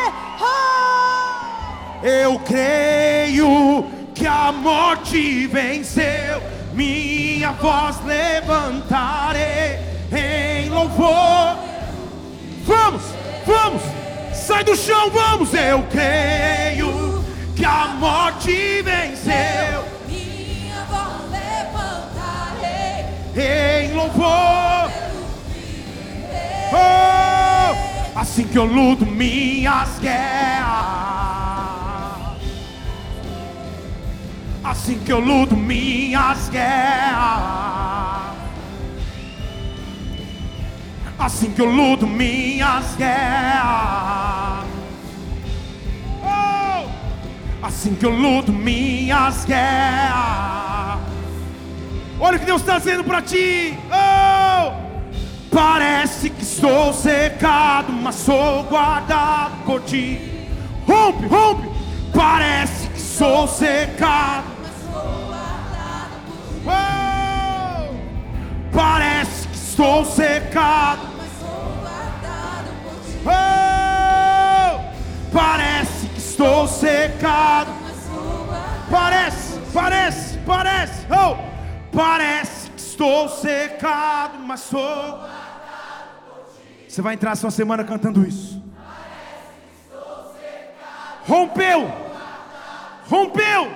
Oh! Eu creio que a morte venceu. Minha voz levantarei em louvor. Vamos, vamos, sai do chão, vamos. Eu creio que a morte venceu. Minha voz levantarei Em louvor. Oh, assim que eu luto minhas guerras. Assim que eu luto minhas guerras. Assim que eu luto minhas guerras. Oh! Assim que eu luto minhas guerras. Olha o que Deus está dizendo para ti. Oh! Parece que estou secado, mas sou guardado por ti. Rompe, rompe. Parece que sou secado. Oh! Parece que estou secado, oh! Parece que estou secado. Parece, parece, parece, oh! Parece que estou secado, mas sou. Você vai entrar essa semana cantando isso. Rompeu, rompeu.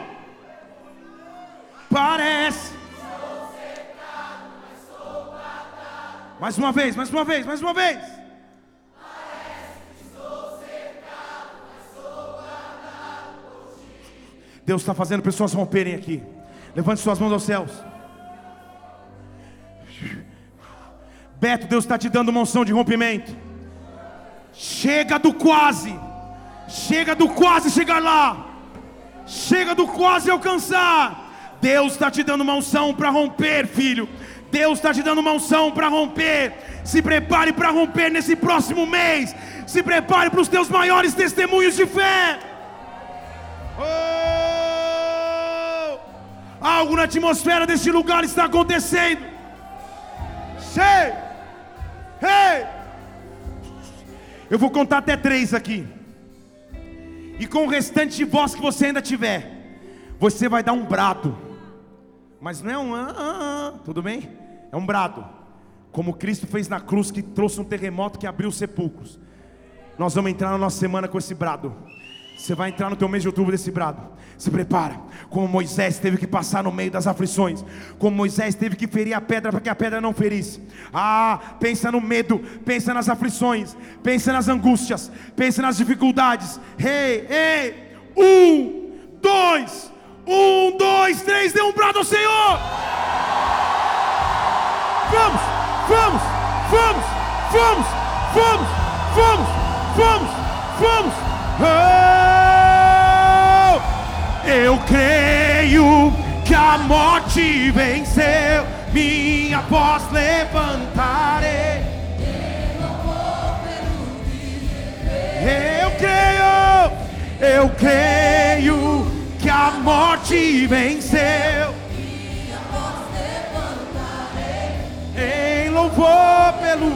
Parece. Mais uma vez, mais uma vez, mais uma vez. Deus está fazendo pessoas romperem aqui. Levante suas mãos aos céus. Beto, Deus está te dando uma unção de rompimento. Chega do quase. Chega do quase chegar lá. Chega do quase alcançar. Deus está te dando uma unção para romper, filho. Deus está te dando uma unção para romper. Se prepare para romper nesse próximo mês. Se prepare para os teus maiores testemunhos de fé. Oh! Algo na atmosfera deste lugar está acontecendo. Sei! Hey! Eu vou contar até três aqui. E com o restante de voz que você ainda tiver, você vai dar um brado. Mas não é um ah, ah, ah, tudo bem? É um brado. Como Cristo fez na cruz, que trouxe um terremoto que abriu os sepulcros. Nós vamos entrar na nossa semana com esse brado. Você vai entrar no teu mês de outubro desse brado. Se prepara. Como Moisés teve que passar no meio das aflições. Como Moisés teve que ferir a pedra para que a pedra não ferisse. Ah, pensa no medo. Pensa nas aflições. Pensa nas angústias. Pensa nas dificuldades. Ei, ei. Um, dois. Um, dois, três. Dê um brado ao Senhor. Vamos, vamos, vamos, vamos, vamos, vamos, vamos, vamos. Oh, eu creio que a morte venceu, minha voz levantarei. Eu creio, eu creio que a morte venceu, minha voz levantarei em louvor pelo.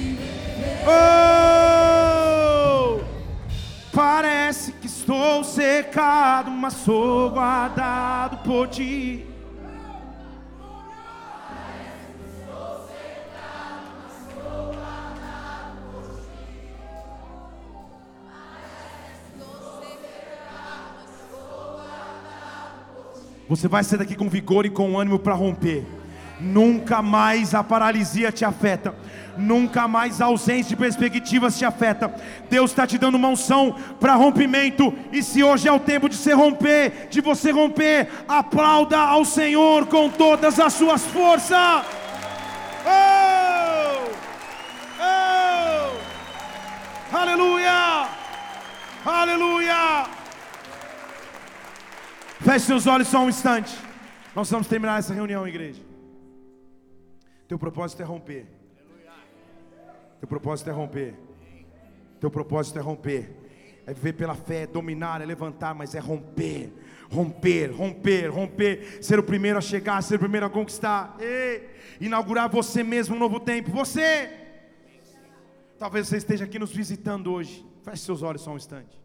Oh, parece que estou secado, mas sou guardado por ti. Parece que estou secado, mas sou guardado por ti. Parece que estou secado, mas sou guardado por ti. Você vai sair daqui com vigor e com ânimo para romper. Nunca mais a paralisia te afeta. Nunca mais a ausência de perspectivas te afeta. Deus está te dando uma unção para rompimento. E se hoje é o tempo de você romper, de você romper, aplauda ao Senhor com todas as suas forças. Oh! Oh! Aleluia! Aleluia! Feche seus olhos só um instante. Nós vamos terminar essa reunião, igreja. Teu propósito é romper. Teu propósito é romper. Teu propósito é romper. É viver pela fé, é dominar, é levantar, mas é romper. Romper, romper, romper. Ser o primeiro a chegar, ser o primeiro a conquistar. Ei, inaugurar você mesmo um novo tempo. Você. Talvez você esteja aqui nos visitando hoje. Feche seus olhos só um instante.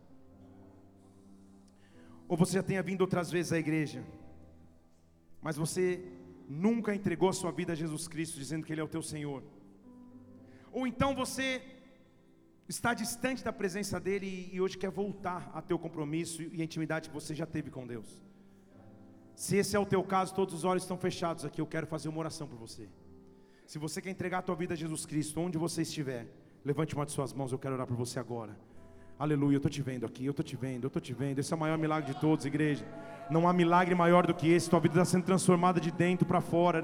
Ou você já tenha vindo outras vezes à igreja, mas você nunca entregou a sua vida a Jesus Cristo, dizendo que Ele é o teu Senhor. Ou então você está distante da presença dEle e hoje quer voltar a ter o compromisso e a intimidade que você já teve com Deus. Se esse é o teu caso, todos os olhos estão fechados aqui. Eu quero fazer uma oração por você. Se você quer entregar a tua vida a Jesus Cristo, onde você estiver, levante uma de suas mãos, eu quero orar por você agora. Aleluia, eu estou te vendo aqui, eu estou te vendo, eu estou te vendo. Esse é o maior milagre de todos, igreja. Não há milagre maior do que esse. Tua vida está sendo transformada de dentro para fora.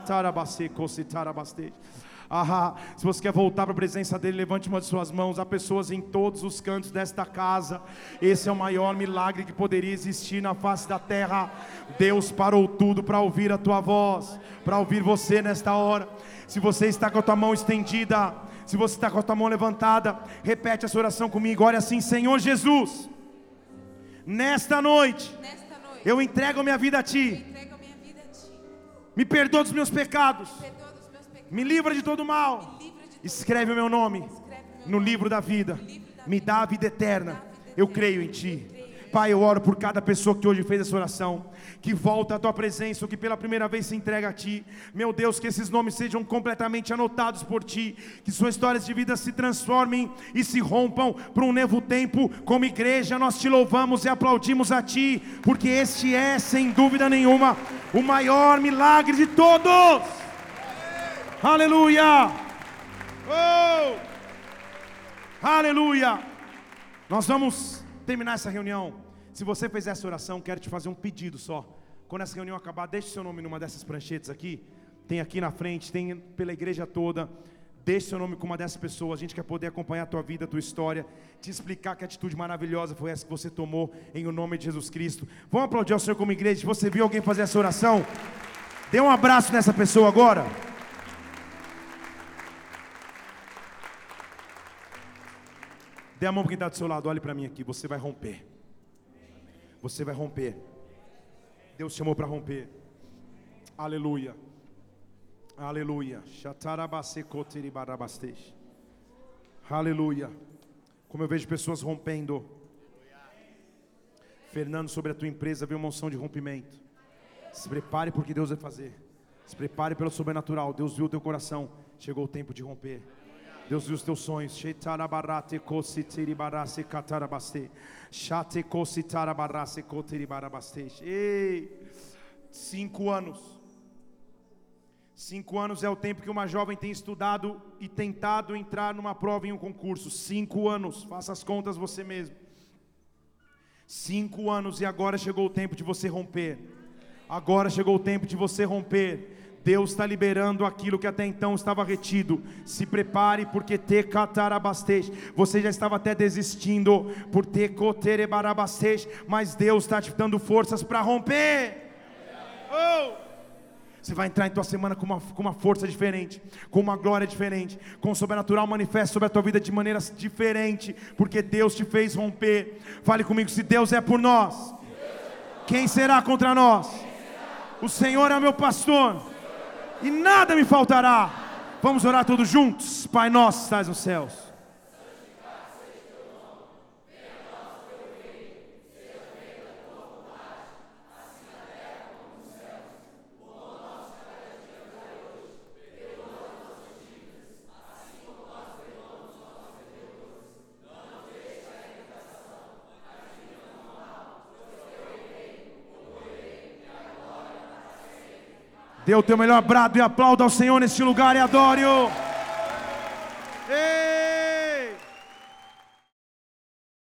Ah, se você quer voltar para a presença dEle, levante uma de suas mãos. Há pessoas em todos os cantos desta casa. Esse é o maior milagre que poderia existir na face da terra. Deus parou tudo para ouvir a tua voz, para ouvir você nesta hora. Se você está com a tua mão estendida, se você está com a tua mão levantada, repete essa oração comigo. Olha assim: Senhor Jesus, nesta noite, Nesta noite, eu entrego a minha vida a eu Ti. entrego a minha vida a Ti. Me perdoa dos meus pecados, Perdoa dos meus pecados. me livra de todo mal. Me livra de todo Escreve o meu nome Escreve meu no nome livro da vida. no livro da Me dá a vida eterna. vida Eu eterna. creio em Ti. Pai, eu oro por cada pessoa que hoje fez essa oração, que volta à Tua presença, ou que pela primeira vez se entrega a Ti. Meu Deus, que esses nomes sejam completamente anotados por Ti, que suas histórias de vida se transformem e se rompam para um novo tempo. Como igreja nós Te louvamos e aplaudimos a Ti, porque este é, sem dúvida nenhuma, o maior milagre de todos. Aleluia, Oh! Aleluia! Nós vamos terminar essa reunião. Se você fez essa oração, quero te fazer um pedido só. Quando essa reunião acabar, deixe seu nome numa dessas pranchetas aqui. Tem aqui na frente, tem pela igreja toda. Deixe seu nome com uma dessas pessoas. A gente quer poder acompanhar a tua vida, a tua história, te explicar que atitude maravilhosa foi essa que você tomou em o nome de Jesus Cristo. Vamos aplaudir ao Senhor como igreja. Se você viu alguém fazer essa oração, dê um abraço nessa pessoa agora. Dê a mão para quem está do seu lado. Olhe para mim aqui. Você vai romper. Você vai romper. Deus te chamou para romper. Aleluia. Aleluia. Aleluia. Como eu vejo pessoas rompendo. Fernando, sobre a tua empresa veio uma unção de rompimento. Se prepare porque Deus vai fazer. Se prepare pelo sobrenatural. Deus viu o teu coração. Chegou o tempo de romper. Deus viu os teus sonhos. Ei, cinco anos. Cinco anos é o tempo que uma jovem tem estudado e tentado entrar numa prova em um concurso. Cinco anos, faça as contas você mesmo. Cinco anos e agora chegou o tempo de você romper. Agora chegou o tempo de você romper. Deus está liberando aquilo que até então estava retido. Se prepare porque te catarabastej. Você já estava até desistindo por te coterebarabastej, mas Deus está te dando forças para romper. Oh! Você vai entrar em tua semana com uma, com uma força diferente, com uma glória diferente, com o sobrenatural manifesto sobre a tua vida de maneira diferente, porque Deus te fez romper. Fale comigo, se Deus é por nós, quem será contra nós? O Senhor é meu pastor e nada me faltará. Vamos orar todos juntos. Pai nosso que estás nos céus. Dê o teu melhor brado e aplauda ao Senhor neste lugar e adore-o.